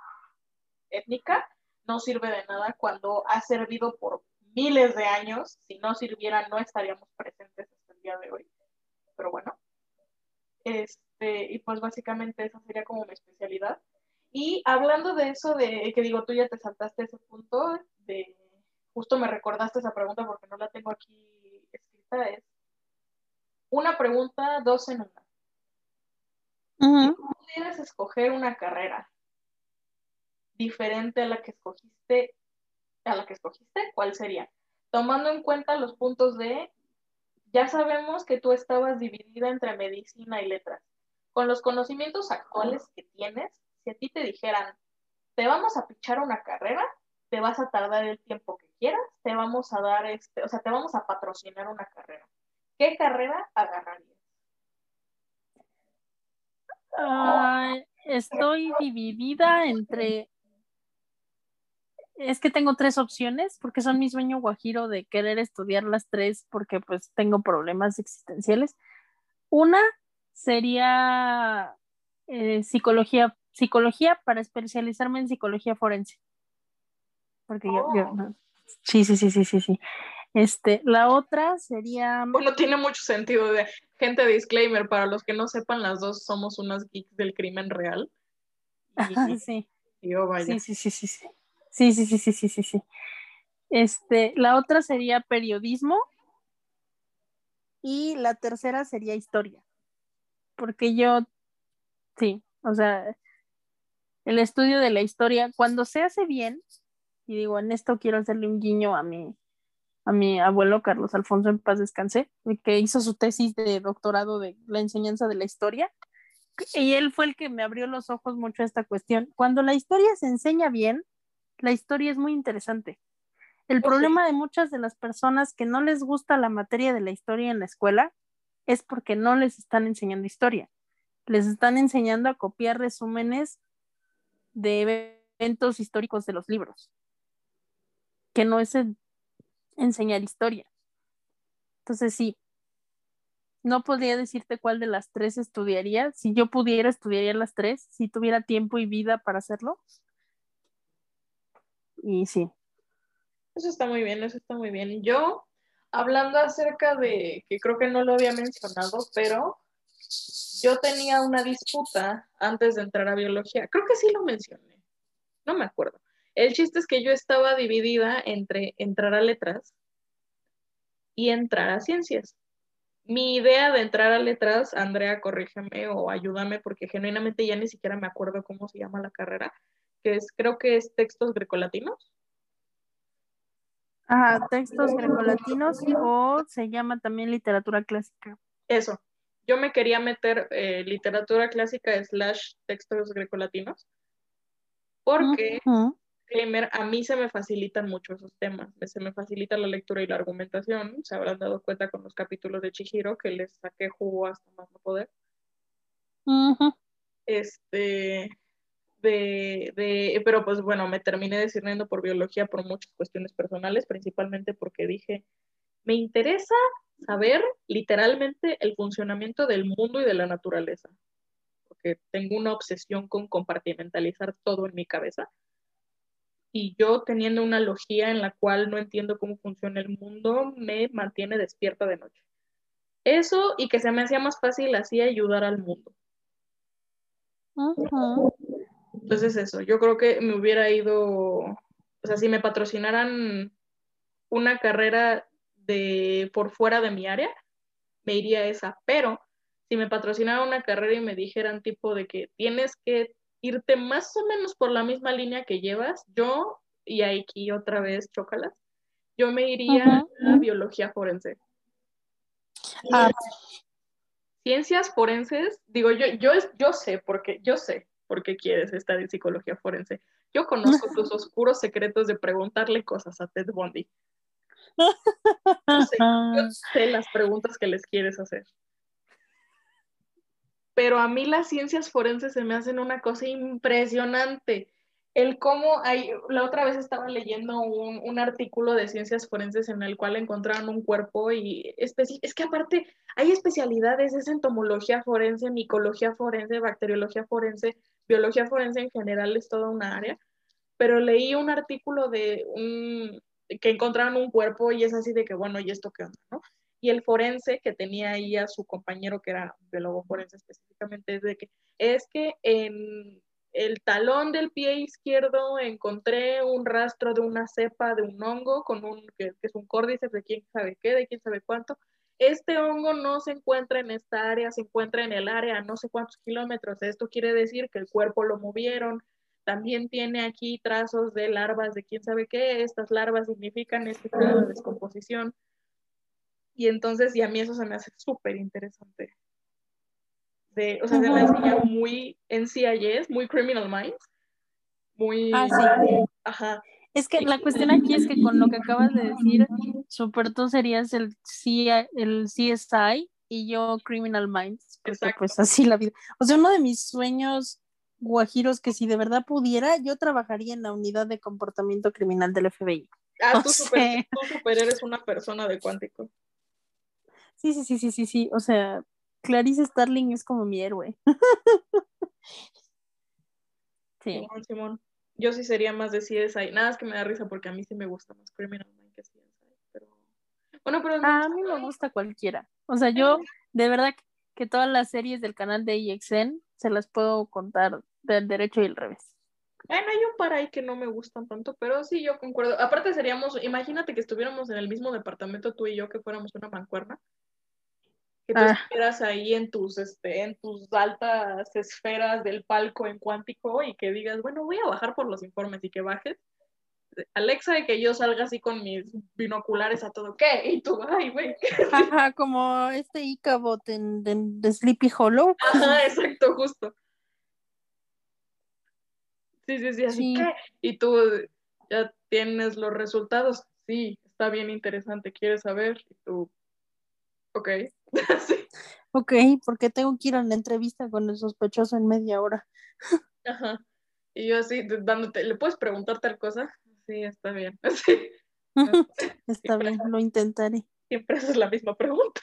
étnica no sirve de nada cuando ha servido por miles de años. Si no sirviera no estaríamos presentes hasta el día de hoy. Pero bueno, este, y pues básicamente esa sería como mi especialidad. Y hablando de eso, de que digo, tú ya te saltaste ese punto, de justo me recordaste esa pregunta porque no la tengo aquí escrita, es una pregunta, dos en una. Si
Uh-huh.
tú pudieras escoger una carrera diferente a la que escogiste, a la que escogiste, ¿cuál sería? Tomando en cuenta los puntos de, ya sabemos que tú estabas dividida entre medicina y letras. Con los conocimientos actuales que tienes, si a ti te dijeran, te vamos a pichar una carrera, te vas a tardar el tiempo que quieras, te vamos a dar este, o sea, te vamos a patrocinar una carrera. ¿Qué carrera agarrarías?
Uh, estoy dividida entre, es que tengo tres opciones porque son mi sueño guajiro de querer estudiar las tres porque pues tengo problemas existenciales. Una sería eh, psicología, psicología para especializarme en psicología forense, porque yo, yo
Oh,
no, Sí, sí, sí, sí, sí, sí. Este, la otra sería...
Bueno, tiene mucho sentido de gente disclaimer, para los que no sepan, las dos somos unas geeks del crimen real. Y,
sí,
y oh,
sí,
vaya.
sí, sí, sí, sí. Sí, sí, sí, sí, sí, sí, sí. Este, la otra sería periodismo y la tercera sería historia. Porque yo, sí, o sea, el estudio de la historia, cuando se hace bien, y digo, en esto quiero hacerle un guiño a mi, a mi abuelo Carlos Alfonso en paz descanse, que hizo su tesis de doctorado de la enseñanza de la historia, y él fue el que me abrió los ojos mucho a esta cuestión. Cuando la historia se enseña bien, la historia es muy interesante. El
Oh, sí.
problema de muchas de las personas que no les gusta la materia de la historia en la escuela es porque no les están enseñando historia. Les están enseñando a copiar resúmenes de eventos históricos de los libros, que no es el enseñar historia. Entonces, sí, no podría decirte cuál de las tres estudiaría. Si yo pudiera, estudiaría las tres, si tuviera tiempo y vida para hacerlo. Y sí.
Eso está muy bien, eso está muy bien. Yo, hablando acerca de, que creo que no lo había mencionado, pero yo tenía una disputa antes de entrar a biología. Creo que sí lo mencioné, no me acuerdo. El chiste es que yo estaba dividida entre entrar a letras y entrar a ciencias. Mi idea de entrar a letras, Andrea, corrígeme o ayúdame, porque genuinamente ya ni siquiera me acuerdo cómo se llama la carrera, que es, creo que es textos grecolatinos.
Ajá, textos grecolatinos o se llama también literatura clásica.
Eso. Yo me quería meter eh, literatura clásica slash textos grecolatinos, porque,
Uh-huh.
Kramer, a mí se me facilitan mucho esos temas. Se me facilita la lectura y la argumentación. Se habrán dado cuenta con los capítulos de Chihiro que les saqué jugo hasta más no poder.
Uh-huh.
Este, de, de, pero pues bueno, me terminé decidiendo por biología por muchas cuestiones personales, principalmente porque dije, me interesa saber literalmente el funcionamiento del mundo y de la naturaleza, porque tengo una obsesión con compartimentalizar todo en mi cabeza. Y yo teniendo una logía en la cual no entiendo cómo funciona el mundo, me mantiene despierta de noche. Eso y que se me hacía más fácil así ayudar al mundo.
Uh-huh.
Entonces eso, yo creo que me hubiera ido, o sea, si me patrocinaran una carrera de por fuera de mi área, me iría a esa, pero si me patrocinaran una carrera y me dijeran tipo de que tienes que irte más o menos por la misma línea que llevas, yo, y aquí otra vez chócalas, yo me iría
Uh-huh.
a biología forense.
Ah,
Ciencias forenses, digo, yo, yo, yo sé, porque yo sé por qué quieres estar en psicología forense. Yo conozco tus oscuros secretos de preguntarle cosas a Ted Bundy. Yo sé, yo sé las preguntas que les quieres hacer. Pero a mí las ciencias forenses se me hacen una cosa impresionante. El cómo hay, la otra vez estaba leyendo un, un artículo de ciencias forenses en el cual encontraron un cuerpo y especi- es que aparte hay especialidades, es entomología forense, micología forense, bacteriología forense, biología forense en general es toda una área, pero leí un artículo de un, que encontraron un cuerpo y es así de que, bueno, ¿y esto qué onda, no? Y el forense que tenía ahí a su compañero, que era biólogo forense específicamente, es de que es que en el talón del pie izquierdo encontré un rastro de una cepa de un hongo con un, que, que es un córdice de quién sabe qué, de quién sabe cuánto. Este hongo no se encuentra en esta área, se encuentra en el área a no sé cuántos kilómetros. Esto quiere decir que el cuerpo lo movieron. También tiene aquí trazos de larvas de quién sabe qué. Estas larvas significan este estado de descomposición. Y entonces, y a mí eso se me hace súper interesante. De, o sea, se me hace ya muy N C I S, muy Criminal Minds, muy...
ah, sí.
Ajá.
Es que la cuestión aquí es que con lo que acabas de decir, super tú serías el, C- el C S I y yo Criminal Minds, porque
Exacto.
pues así la vida. O sea, uno de mis sueños guajiros que si de verdad pudiera, yo trabajaría en la unidad de comportamiento criminal del F B I.
Ah,
O
tú super,
sea,
tú super eres una persona de cuántico.
sí, sí, sí, sí, sí, sí. O sea, Clarice Starling es como mi héroe. Sí.
Simón, Simón. yo sí sería más de C S I. Nada, es que me da risa porque a mí sí me gusta más Criminal Minds que C S I. Pero... Bueno, pero no.
A mí me gusta cualquiera. O sea, yo de verdad que todas las series del canal de E X N se las puedo contar del derecho y el revés.
Bueno, hay un par ahí que no me gustan tanto, pero sí, yo concuerdo. Aparte seríamos, imagínate que estuviéramos en el mismo departamento tú y yo, que fuéramos una mancuerna, que tú
Ah,
estuvieras ahí en tus, este, en tus altas esferas del palco en cuántico y que digas, bueno, voy a bajar por los informes y que bajes. Alexa, de que yo salga así con mis binoculares a todo, ¿qué? Y tú, ay, güey.
ajá, como este Icabot en, de, de Sleepy Hollow.
Ajá, exacto, justo. Sí, sí, sí, así
Sí,
que, y tú ya tienes los resultados. Sí, está bien interesante, ¿quieres saber? Y tú, ok. Sí,
ok, porque tengo que ir a la entrevista con el sospechoso en media hora.
ajá. Y yo así, de- dándote, ¿le puedes preguntar tal cosa? Sí, está bien. Sí.
Está
Siempre,
bien, lo intentaré.
siempre haces la misma pregunta.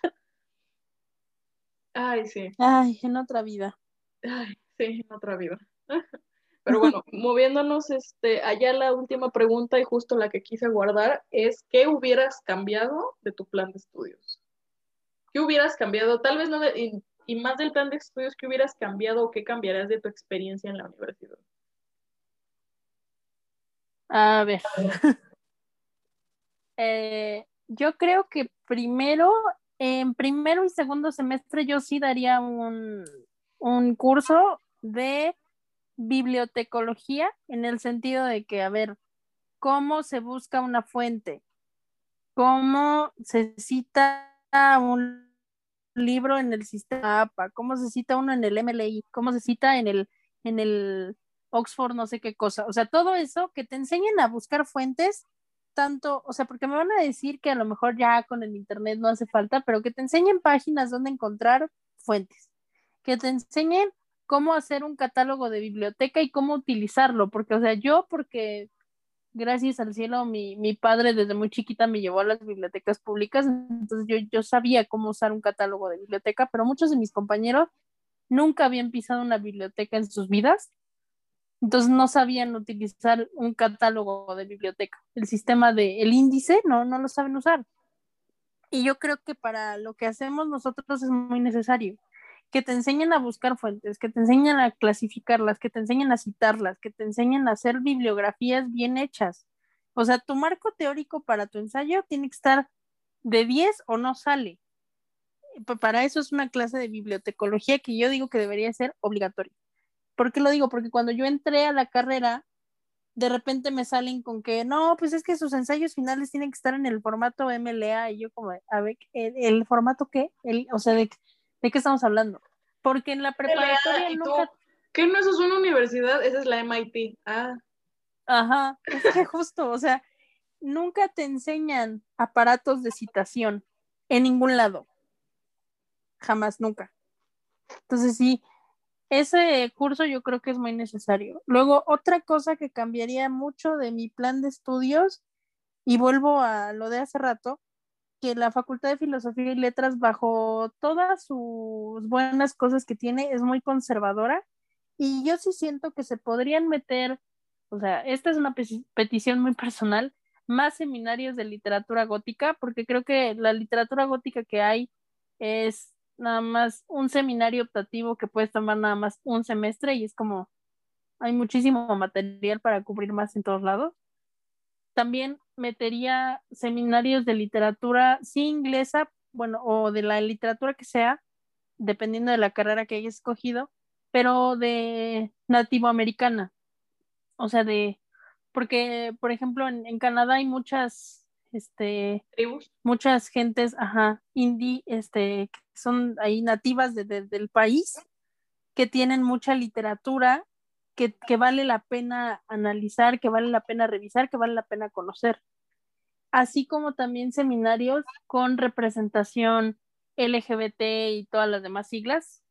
Ay, sí.
Ay, en otra vida.
Ay, sí, en otra vida. Pero bueno, moviéndonos este, allá la última pregunta y justo la que quise guardar es, ¿qué hubieras cambiado de tu plan de estudios? ¿Qué hubieras cambiado? Tal vez no, de- y, y más del plan de estudios, ¿qué hubieras cambiado o qué cambiarías de tu experiencia en la universidad?
A ver, eh, yo creo que primero, en primero y segundo semestre, yo sí daría un, un curso de bibliotecología en el sentido de que, a ver, ¿cómo se busca una fuente? ¿Cómo se cita un libro en el sistema A P A? ¿Cómo se cita uno en el M L I? ¿Cómo se cita en el, en el Oxford no sé qué cosa? O sea, todo eso que te enseñen a buscar fuentes, tanto, o sea, porque me van a decir que a lo mejor ya con el internet no hace falta, pero que te enseñen páginas donde encontrar fuentes, que te enseñen cómo hacer un catálogo de biblioteca y cómo utilizarlo, porque, o sea, yo porque gracias al cielo, mi, mi padre desde muy chiquita me llevó a las bibliotecas públicas, entonces yo, yo sabía cómo usar un catálogo de biblioteca, pero muchos de mis compañeros nunca habían pisado una biblioteca en sus vidas, entonces no sabían utilizar un catálogo de biblioteca. El sistema de el índice no, no lo saben usar. Y yo creo que para lo que hacemos nosotros es muy necesario que te enseñen a buscar fuentes, que te enseñen a clasificarlas, que te enseñen a citarlas, que te enseñen a hacer bibliografías bien hechas. O sea, tu marco teórico para tu ensayo tiene que estar de diez o no sale. Para eso es una clase de bibliotecología que yo digo que debería ser obligatoria. ¿Por qué lo digo? Porque cuando yo entré a la carrera, de repente me salen con que no, pues es que sus ensayos finales tienen que estar en el formato M L A y yo como, a ver, ¿el, el formato qué? El, o sea, ¿de, ¿de qué estamos hablando? Porque en la
L A,
preparatoria
y tú,
nunca,
¿qué no? Eso es una universidad, esa es la M I T. Ah,
ajá, es que justo, o sea, nunca te enseñan aparatos de citación en ningún lado, jamás, nunca. Entonces sí, ese curso yo creo que es muy necesario. Luego, otra cosa que cambiaría mucho de mi plan de estudios, y vuelvo a lo de hace rato, que la Facultad de Filosofía y Letras, bajo todas sus buenas cosas que tiene, es muy conservadora y yo sí siento que se podrían meter, o sea, esta es una pe- petición muy personal, más seminarios de literatura gótica, porque creo que la literatura gótica que hay es nada más un seminario optativo que puedes tomar nada más un semestre y es como, hay muchísimo material para cubrir más en todos lados. También metería seminarios de literatura, sí inglesa, bueno, o de la literatura que sea, dependiendo de la carrera que hayas escogido, pero de nativoamericana, o sea, de, porque, por ejemplo, en, en Canadá hay muchas, este,
tribus.
muchas gentes, ajá, indie, este, que son ahí nativas de, de, del país, que tienen mucha literatura que, que vale la pena analizar, que vale la pena revisar, que vale la pena conocer, así como también seminarios con representación L G B T y todas las demás siglas,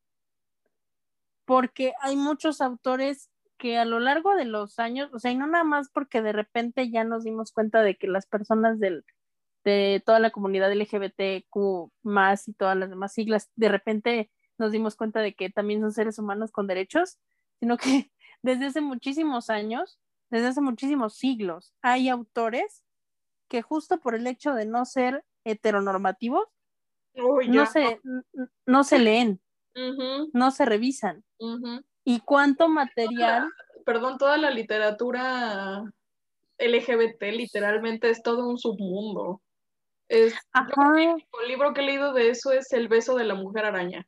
porque hay muchos autores que a lo largo de los años, o sea, y no nada más porque de repente ya nos dimos cuenta de que las personas del, de toda la comunidad L G B T Q más y todas las demás siglas, de repente nos dimos cuenta de que también son seres humanos con derechos, sino que desde hace muchísimos años desde hace muchísimos siglos. Hay autores que justo por el hecho de no ser heteronormativos,
Uy,
no
ya.
se, no se leen,
Ujú,
no se revisan.
ujú.
¿Y cuánto material?
Perdón, toda la literatura L G B T literalmente es todo un submundo. Es, yo creo que
Ajá.
el único libro que he leído de eso es El beso de la mujer araña.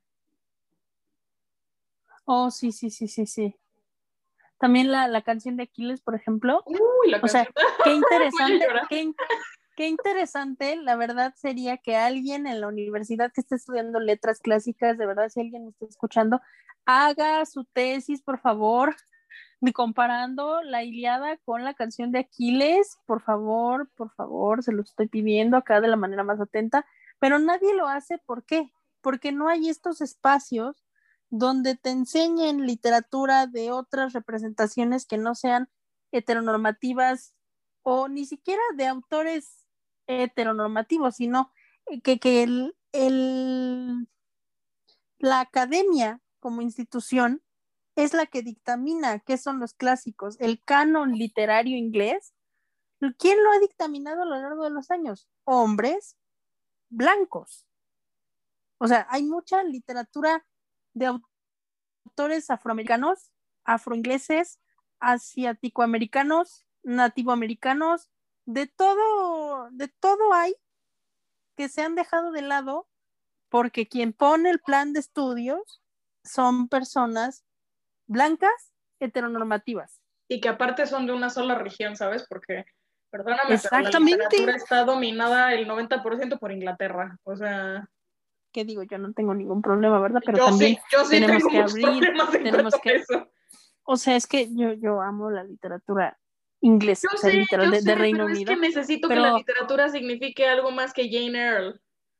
Oh, sí, sí, sí, sí, sí. También la, la canción de Aquiles, por ejemplo.
Uy, la
O sea,
canción.
qué
Voy a
interesante,
llorar.
qué, qué interesante, la verdad sería que alguien en la universidad que esté estudiando letras clásicas, de verdad, si alguien me está escuchando, haga su tesis, por favor, de comparando la Ilíada con la canción de Aquiles, por favor, por favor, se lo estoy pidiendo acá de la manera más atenta, pero nadie lo hace, ¿por qué? Porque no hay estos espacios donde te enseñen literatura de otras representaciones que no sean heteronormativas o ni siquiera de autores heteronormativos, sino que, que el, el, la academia como institución es la que dictamina qué son los clásicos. El canon literario inglés, ¿quién lo ha dictaminado a lo largo de los años? Hombres blancos. O sea, hay mucha literatura de autores afroamericanos, afroingleses, asiáticoamericanos, nativoamericanos, de todo, de todo hay que se han dejado de lado porque quien pone el plan de estudios son personas blancas heteronormativas.
Y que aparte son de una sola región, ¿sabes? Porque, perdóname, pero la
Exactamente.
literatura está dominada el noventa por ciento por Inglaterra. O sea,
Que digo, yo no tengo ningún problema, ¿verdad? Pero
yo
también
sí, yo sí
tenemos
tengo
que
muchos
abrir,
problemas en
tenemos
cuanto a
que,
eso.
o sea, es que yo, yo amo la literatura inglesa,
Yo
o sea,
sé,
literal,
yo
de, de
sé,
Reino
pero es que
Unido,
necesito que la
pero
literatura signifique algo más que Jane Eyre.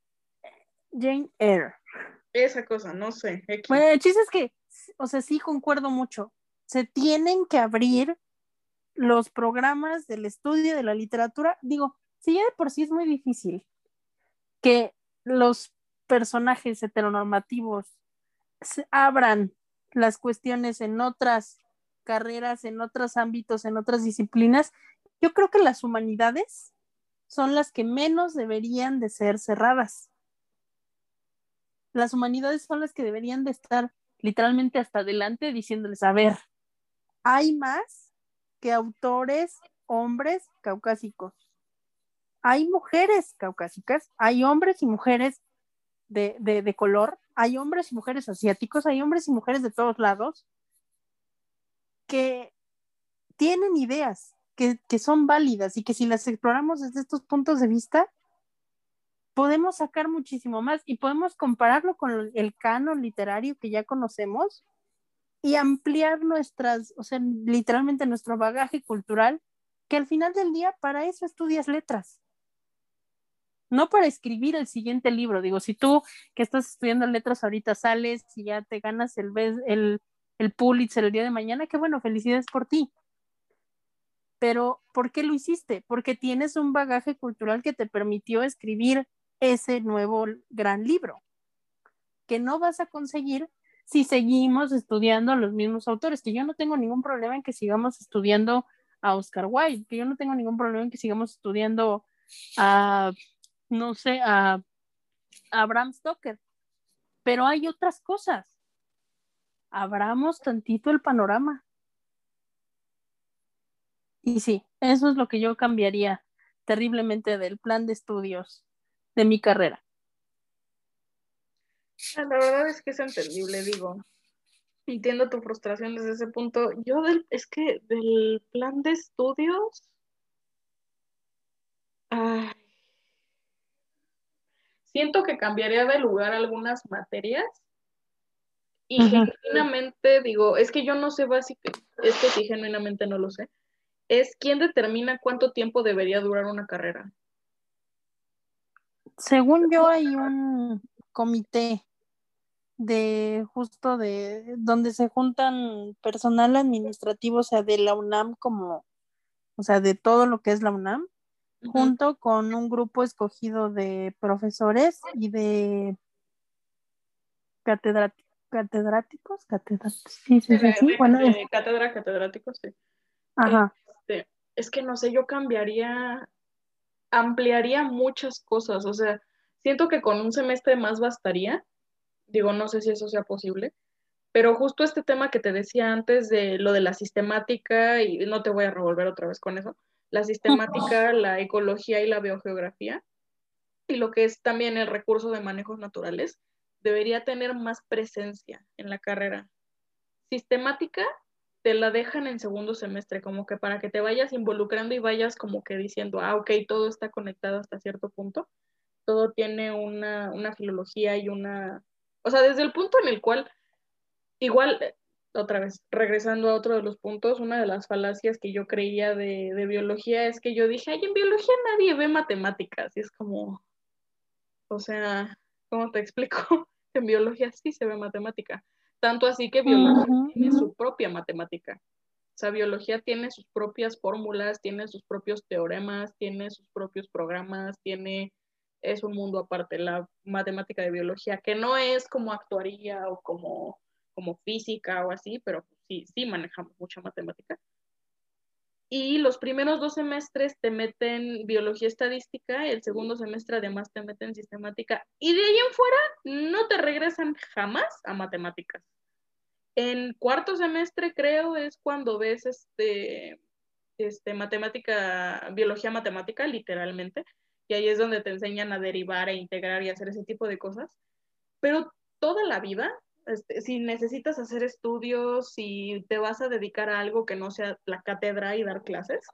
Jane Eyre.
Esa cosa, no sé,
Bueno,
X.
el chiste es que, o sea, sí concuerdo mucho. Se tienen que abrir los programas del estudio de la literatura. Digo, si ya de por sí es muy difícil que los personajes heteronormativos se abran las cuestiones en otras carreras, en otros ámbitos, en otras disciplinas, yo creo que las humanidades son las que menos deberían de ser cerradas. Las humanidades son las que deberían de estar literalmente hasta adelante diciéndoles, a ver, hay más que autores hombres caucásicos. Hay mujeres caucásicas, hay hombres y mujeres de, de, de color, hay hombres y mujeres asiáticos, hay hombres y mujeres de todos lados que tienen ideas que, que son válidas y que si las exploramos desde estos puntos de vista, podemos sacar muchísimo más y podemos compararlo con el canon literario que ya conocemos y ampliar nuestras, o sea, literalmente nuestro bagaje cultural, que al final del día para eso estudias letras, no para escribir el siguiente libro. Digo, si tú que estás estudiando letras ahorita sales y ya te ganas el, el, el Pulitzer el día de mañana, qué bueno, felicidades por ti. Pero, ¿por qué lo hiciste? Porque tienes un bagaje cultural que te permitió escribir ese nuevo gran libro, que no vas a conseguir si seguimos estudiando a los mismos autores, que yo no tengo ningún problema en que sigamos estudiando a Oscar Wilde, que yo no tengo ningún problema en que sigamos estudiando a, no sé, a, a Bram Stoker, pero hay otras cosas. Abramos tantito el panorama. Y sí, eso es lo que yo cambiaría terriblemente del plan de estudios de mi carrera.
La verdad es que es entendible, digo. Entiendo tu frustración desde ese punto. Yo del, es que del plan de estudios, ay, siento que cambiaría de lugar algunas materias y
Uh-huh.
genuinamente digo, es que yo no sé básicamente, es que sí, genuinamente no lo sé, es quién determina cuánto tiempo debería durar una carrera.
Según yo hay un comité de justo de donde se juntan personal administrativo, o sea, de la UNAM como, o sea, de todo lo que es la UNAM,
Ujú.
junto con un grupo escogido de profesores y de catedráticos, catedráticos, catedráticos, sí,
Sí,
sí,
de,
sí, sí,
de-
bueno, es,
de cátedra, catedrático, sí.
ajá.
es que no sé, yo cambiaría, ampliaría muchas cosas, o sea, siento que con un semestre más bastaría, digo, no sé si eso sea posible, pero justo este tema que te decía antes de lo de la sistemática, y no te voy a revolver otra vez con eso, la sistemática, la ecología y la biogeografía, y lo que es también el recurso de manejos naturales, debería tener más presencia en la carrera. Sistemática te la dejan en segundo semestre, como que para que te vayas involucrando y vayas como que diciendo, ah, ok, todo está conectado hasta cierto punto, todo tiene una, una filología y una, o sea, desde el punto en el cual, igual, eh, otra vez, regresando a otro de los puntos, una de las falacias que yo creía de, de biología es que yo dije, ay, en biología nadie ve matemáticas, y es como, o sea, ¿cómo te explico? En biología sí se ve matemática. Tanto así que biología
Ujú.
tiene su propia matemática. O sea, biología tiene sus propias fórmulas, tiene sus propios teoremas, tiene sus propios programas, tiene, es un mundo aparte, la matemática de biología, que no es como actuaría o como, como física o así, pero sí, sí manejamos mucha matemática. Y los primeros dos semestres te meten biología estadística, el segundo semestre además te meten sistemática, y de ahí en fuera no te regresan jamás a matemáticas. En cuarto semestre creo es cuando ves este, este matemática, biología matemática, literalmente, y ahí es donde te enseñan a derivar e integrar y hacer ese tipo de cosas. Pero toda la vida, este, si necesitas hacer estudios, si te vas a dedicar a algo que no sea la cátedra y dar clases,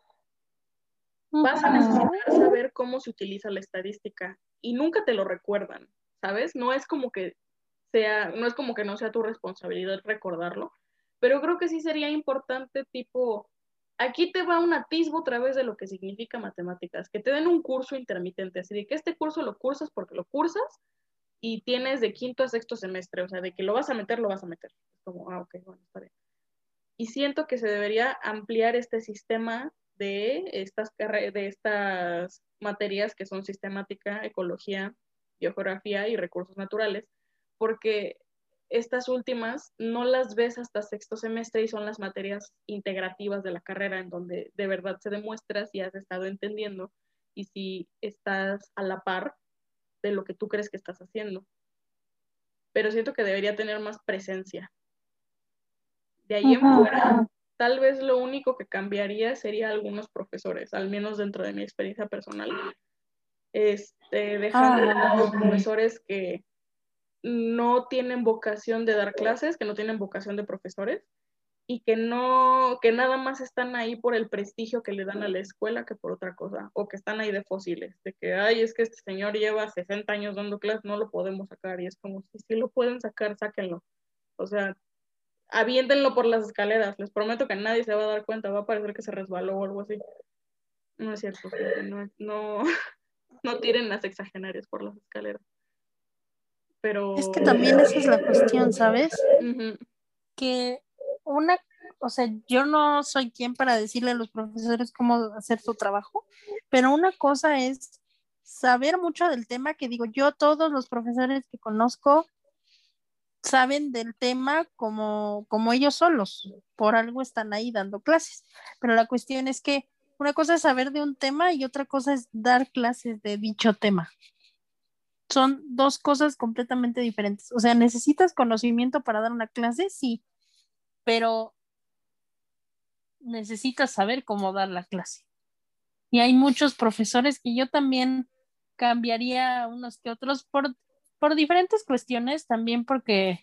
vas a necesitar saber cómo se utiliza la estadística y nunca te lo recuerdan, ¿sabes? No es como que sea, no es como que no sea tu responsabilidad recordarlo, pero creo que sí sería importante, tipo, aquí te va un atisbo otra vez de lo que significa matemáticas, que te den un curso intermitente, así de que este curso lo cursas porque lo cursas y tienes de quinto a sexto semestre, o sea, de que lo vas a meter, lo vas a meter. Es como, ah, ok, bueno, está bien. Y siento que se debería ampliar este sistema de estas, de estas materias que son sistemática, ecología, geografía y recursos naturales, porque estas últimas no las ves hasta sexto semestre y son las materias integrativas de la carrera en donde de verdad se demuestra si has estado entendiendo y si estás a la par de lo que tú crees que estás haciendo. Pero siento que debería tener más presencia. De ahí en fuera, tal vez lo único que cambiaría sería algunos profesores, al menos dentro de mi experiencia personal, este, dejando a los profesores que no tienen vocación de dar clases, que no tienen vocación de profesores y que no, que nada más están ahí por el prestigio que le dan a la escuela que por otra cosa, o que están ahí de fósiles, de que, ay, es que este señor lleva sesenta años dando clases, no lo podemos sacar, y es como, si sí lo pueden sacar, sáquenlo. O sea, aviéntenlo por las escaleras. Les prometo que nadie se va a dar cuenta. Va a parecer que se resbaló o algo así. No es cierto, gente. No, no, no tiren las sexagenarias por las escaleras. Pero.
Es que también esa es la cuestión, ¿sabes?
Uh-huh.
Que una, o sea, yo no soy quien para decirle a los profesores cómo hacer su trabajo, pero una cosa es saber mucho del tema, que digo, yo todos los profesores que conozco saben del tema como, como ellos solos, por algo están ahí dando clases, pero la cuestión es que una cosa es saber de un tema y otra cosa es dar clases de dicho tema. Son dos cosas completamente diferentes. O sea, ¿necesitas conocimiento para dar una clase? Sí, pero necesitas saber cómo dar la clase. Y hay muchos profesores que yo también cambiaría unos que otros por, por diferentes cuestiones, también porque,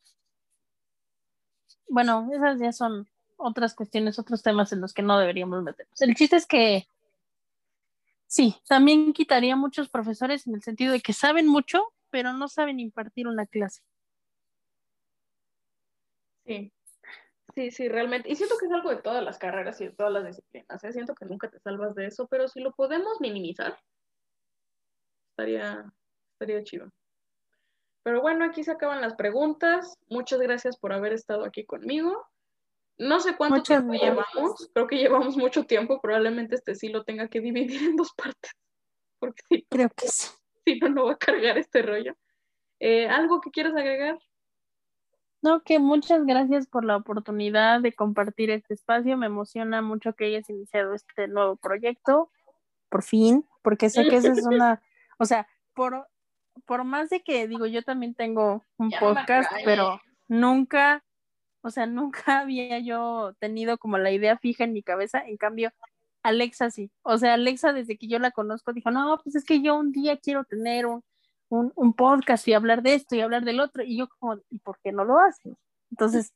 bueno, esas ya son otras cuestiones, otros temas en los que no deberíamos meternos. El chiste es que sí, también quitaría muchos profesores en el sentido de que saben mucho, pero no saben impartir una clase.
Sí, sí, sí, realmente. Y siento que es algo de todas las carreras y de todas las disciplinas. ¿eh? Siento que nunca te salvas de eso, pero si lo podemos minimizar, estaría, estaría chido. Pero bueno, aquí se acaban las preguntas. Muchas gracias por haber estado aquí conmigo. No sé cuánto
Muchas
tiempo
gracias.
llevamos, creo que llevamos mucho tiempo, probablemente este sí lo tenga que dividir en dos partes, porque si no,
Creo que sí.
si no, no va a cargar este rollo. Eh, ¿Algo que quieras agregar?
No, que muchas gracias por la oportunidad de compartir este espacio. Me emociona mucho que hayas iniciado este nuevo proyecto, por fin, porque sé que esa es una, o sea, por, por más de que digo, yo también tengo un
Ya no me
podcast,
regañes.
pero nunca, o sea, nunca había yo tenido como la idea fija en mi cabeza. En cambio, Alexa sí. O sea, Alexa desde que yo la conozco dijo, no, pues es que yo un día quiero tener un, un, un podcast y hablar de esto y hablar del otro. Y yo como, ¿y por qué no lo haces? Entonces,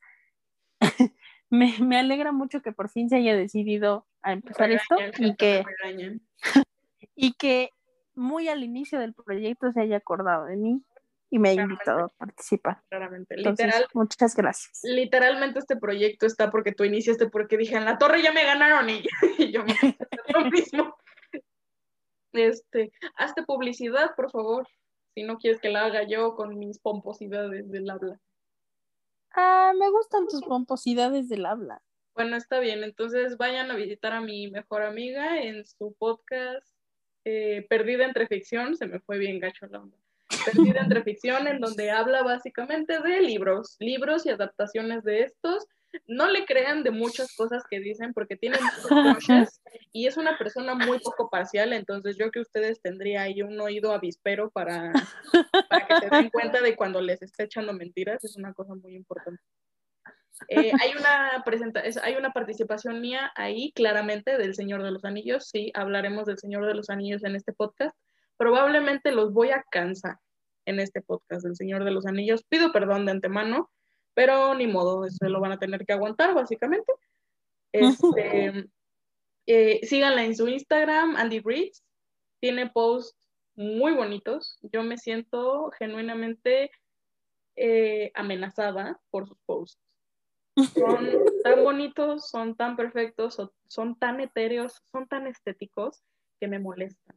me, me alegra mucho que por fin se haya decidido a
Me
empezar esto
regañan,
y
gente, me
que,
regañan.
y que muy al inicio del proyecto se haya acordado de mí y me haya invitado a participar.
Claramente.
Entonces,
Literal,
muchas gracias.
literalmente este proyecto está porque tú iniciaste, porque dije, en la torre ya me ganaron y, y yo me puse a hacer lo mismo. Este, hazte publicidad, por favor, si no quieres que la haga yo con mis pomposidades del habla.
Ah, me gustan tus pomposidades del habla.
Bueno, está bien, entonces vayan a visitar a mi mejor amiga en su podcast eh, Perdida entre Ficción, se me fue bien gacho la onda. Perdida entre Ficción, en donde habla básicamente de libros, libros y adaptaciones de estos. No le crean de muchas cosas que dicen porque tiene muchos crushes y es una persona muy poco parcial, entonces yo que ustedes tendría ahí un oído avispero para, para que se den cuenta de cuando les esté echando mentiras, es una cosa muy importante. Eh, hay, una presenta hay una participación mía ahí, claramente, del Señor de los Anillos. Sí, hablaremos del Señor de los Anillos en este podcast. Probablemente los voy a cansar en este podcast del Señor de los Anillos. Pido perdón de antemano, pero ni modo, se lo van a tener que aguantar, básicamente. Este, eh, síganla en su Instagram, Andy Reads. Tiene posts muy bonitos. Yo me siento genuinamente eh, amenazada por sus posts. Son tan bonitos, son tan perfectos, son, son tan etéreos, son tan estéticos que me molestan.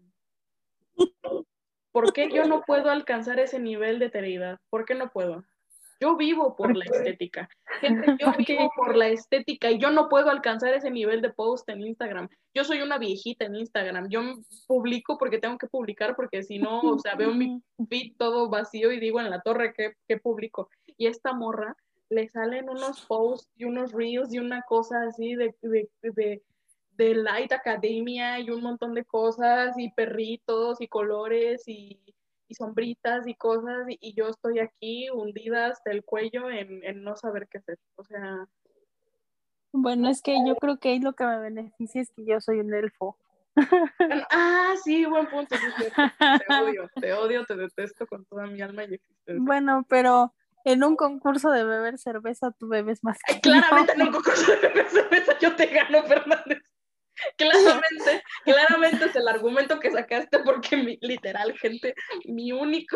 ¿Por qué yo no puedo alcanzar ese nivel de eteridad? ¿Por qué no puedo? Yo vivo por la estética. Gente, yo vivo por la estética y yo no puedo alcanzar ese nivel de post en Instagram. Yo soy una viejita en Instagram. Yo publico porque tengo que publicar, porque si no, o sea, veo mi feed todo vacío y digo en la torre que, que publico. Y esta morra le salen unos posts y unos reels y una cosa así de, de, de, de Light Academia y un montón de cosas y perritos y colores y, y sombritas y cosas y, y yo estoy aquí hundida hasta el cuello en, en no saber qué hacer. O sea...
Bueno, es que yo creo que ahí lo que me beneficia es que yo soy un elfo.
Ah, sí, buen punto, sí, cierto. Te odio, te odio, te detesto con toda mi alma y existencia.
Bueno, pero en un concurso de beber cerveza tú bebes más que
Claramente
yo.
en un concurso de beber cerveza yo te gano, Fernández. Claramente, claramente es el argumento que sacaste porque mi, literal, gente, mi único,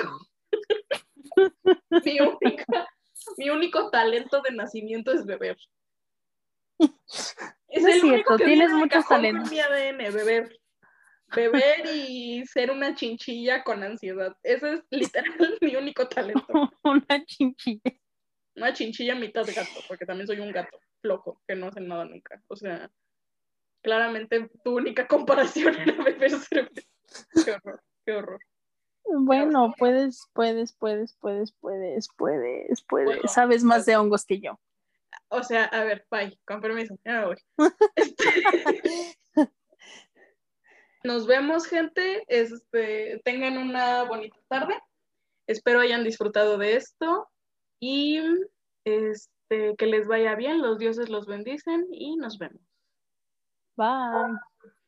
mi única, mi único talento de nacimiento es beber. Es
No es
el
cierto,
único que
tienes
viene de
muchos
cajón
talentos.
con mi A D N, beber. Beber y ser una chinchilla con ansiedad. Ese es literal mi único talento.
Una chinchilla.
Una chinchilla mitad gato, porque también soy un gato flojo, que no hace nada nunca. O sea, claramente tu única comparación era beber cerveza. Qué horror, qué horror.
Bueno, puedes, puedes, puedes, puedes, puedes, puedes, puedes.
Puedo.
Sabes más de hongos que yo.
O sea, a ver, bye, con permiso, ya me voy. Este... Nos vemos, gente. Este, tengan una bonita tarde. Espero hayan disfrutado de esto y este, que les vaya bien. Los dioses los bendicen y nos vemos.
Bye.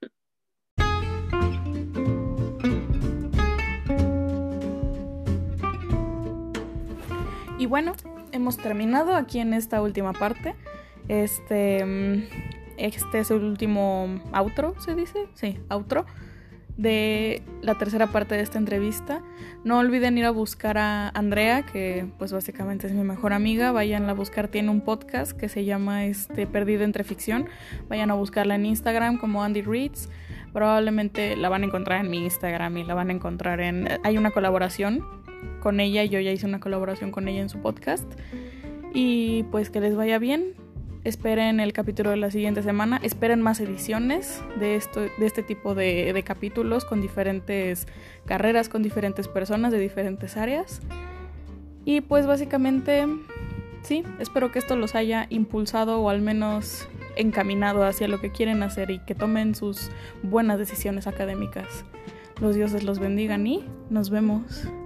Y bueno, hemos terminado aquí en esta última parte. Este, este es el último outro, ¿se dice? Sí, outro de la tercera parte de esta entrevista. No olviden ir a buscar a Andrea, que pues básicamente es mi mejor amiga. Vayan a buscar, tiene un podcast que se llama este, Perdido entre Ficción. Vayan a buscarla en Instagram como Andy Reads. Probablemente la van a encontrar en mi Instagram y la van a encontrar en... Hay una colaboración con ella, yo ya hice una colaboración con ella en su podcast. Y pues que les vaya bien. Esperen el capítulo de la siguiente semana. Esperen más ediciones de, esto, de este tipo de, de capítulos con diferentes carreras, con diferentes personas de diferentes áreas. Y pues básicamente sí, espero que esto los haya impulsado o al menos encaminado hacia lo que quieren hacer y que tomen sus buenas decisiones académicas. Los dioses los bendigan y nos vemos.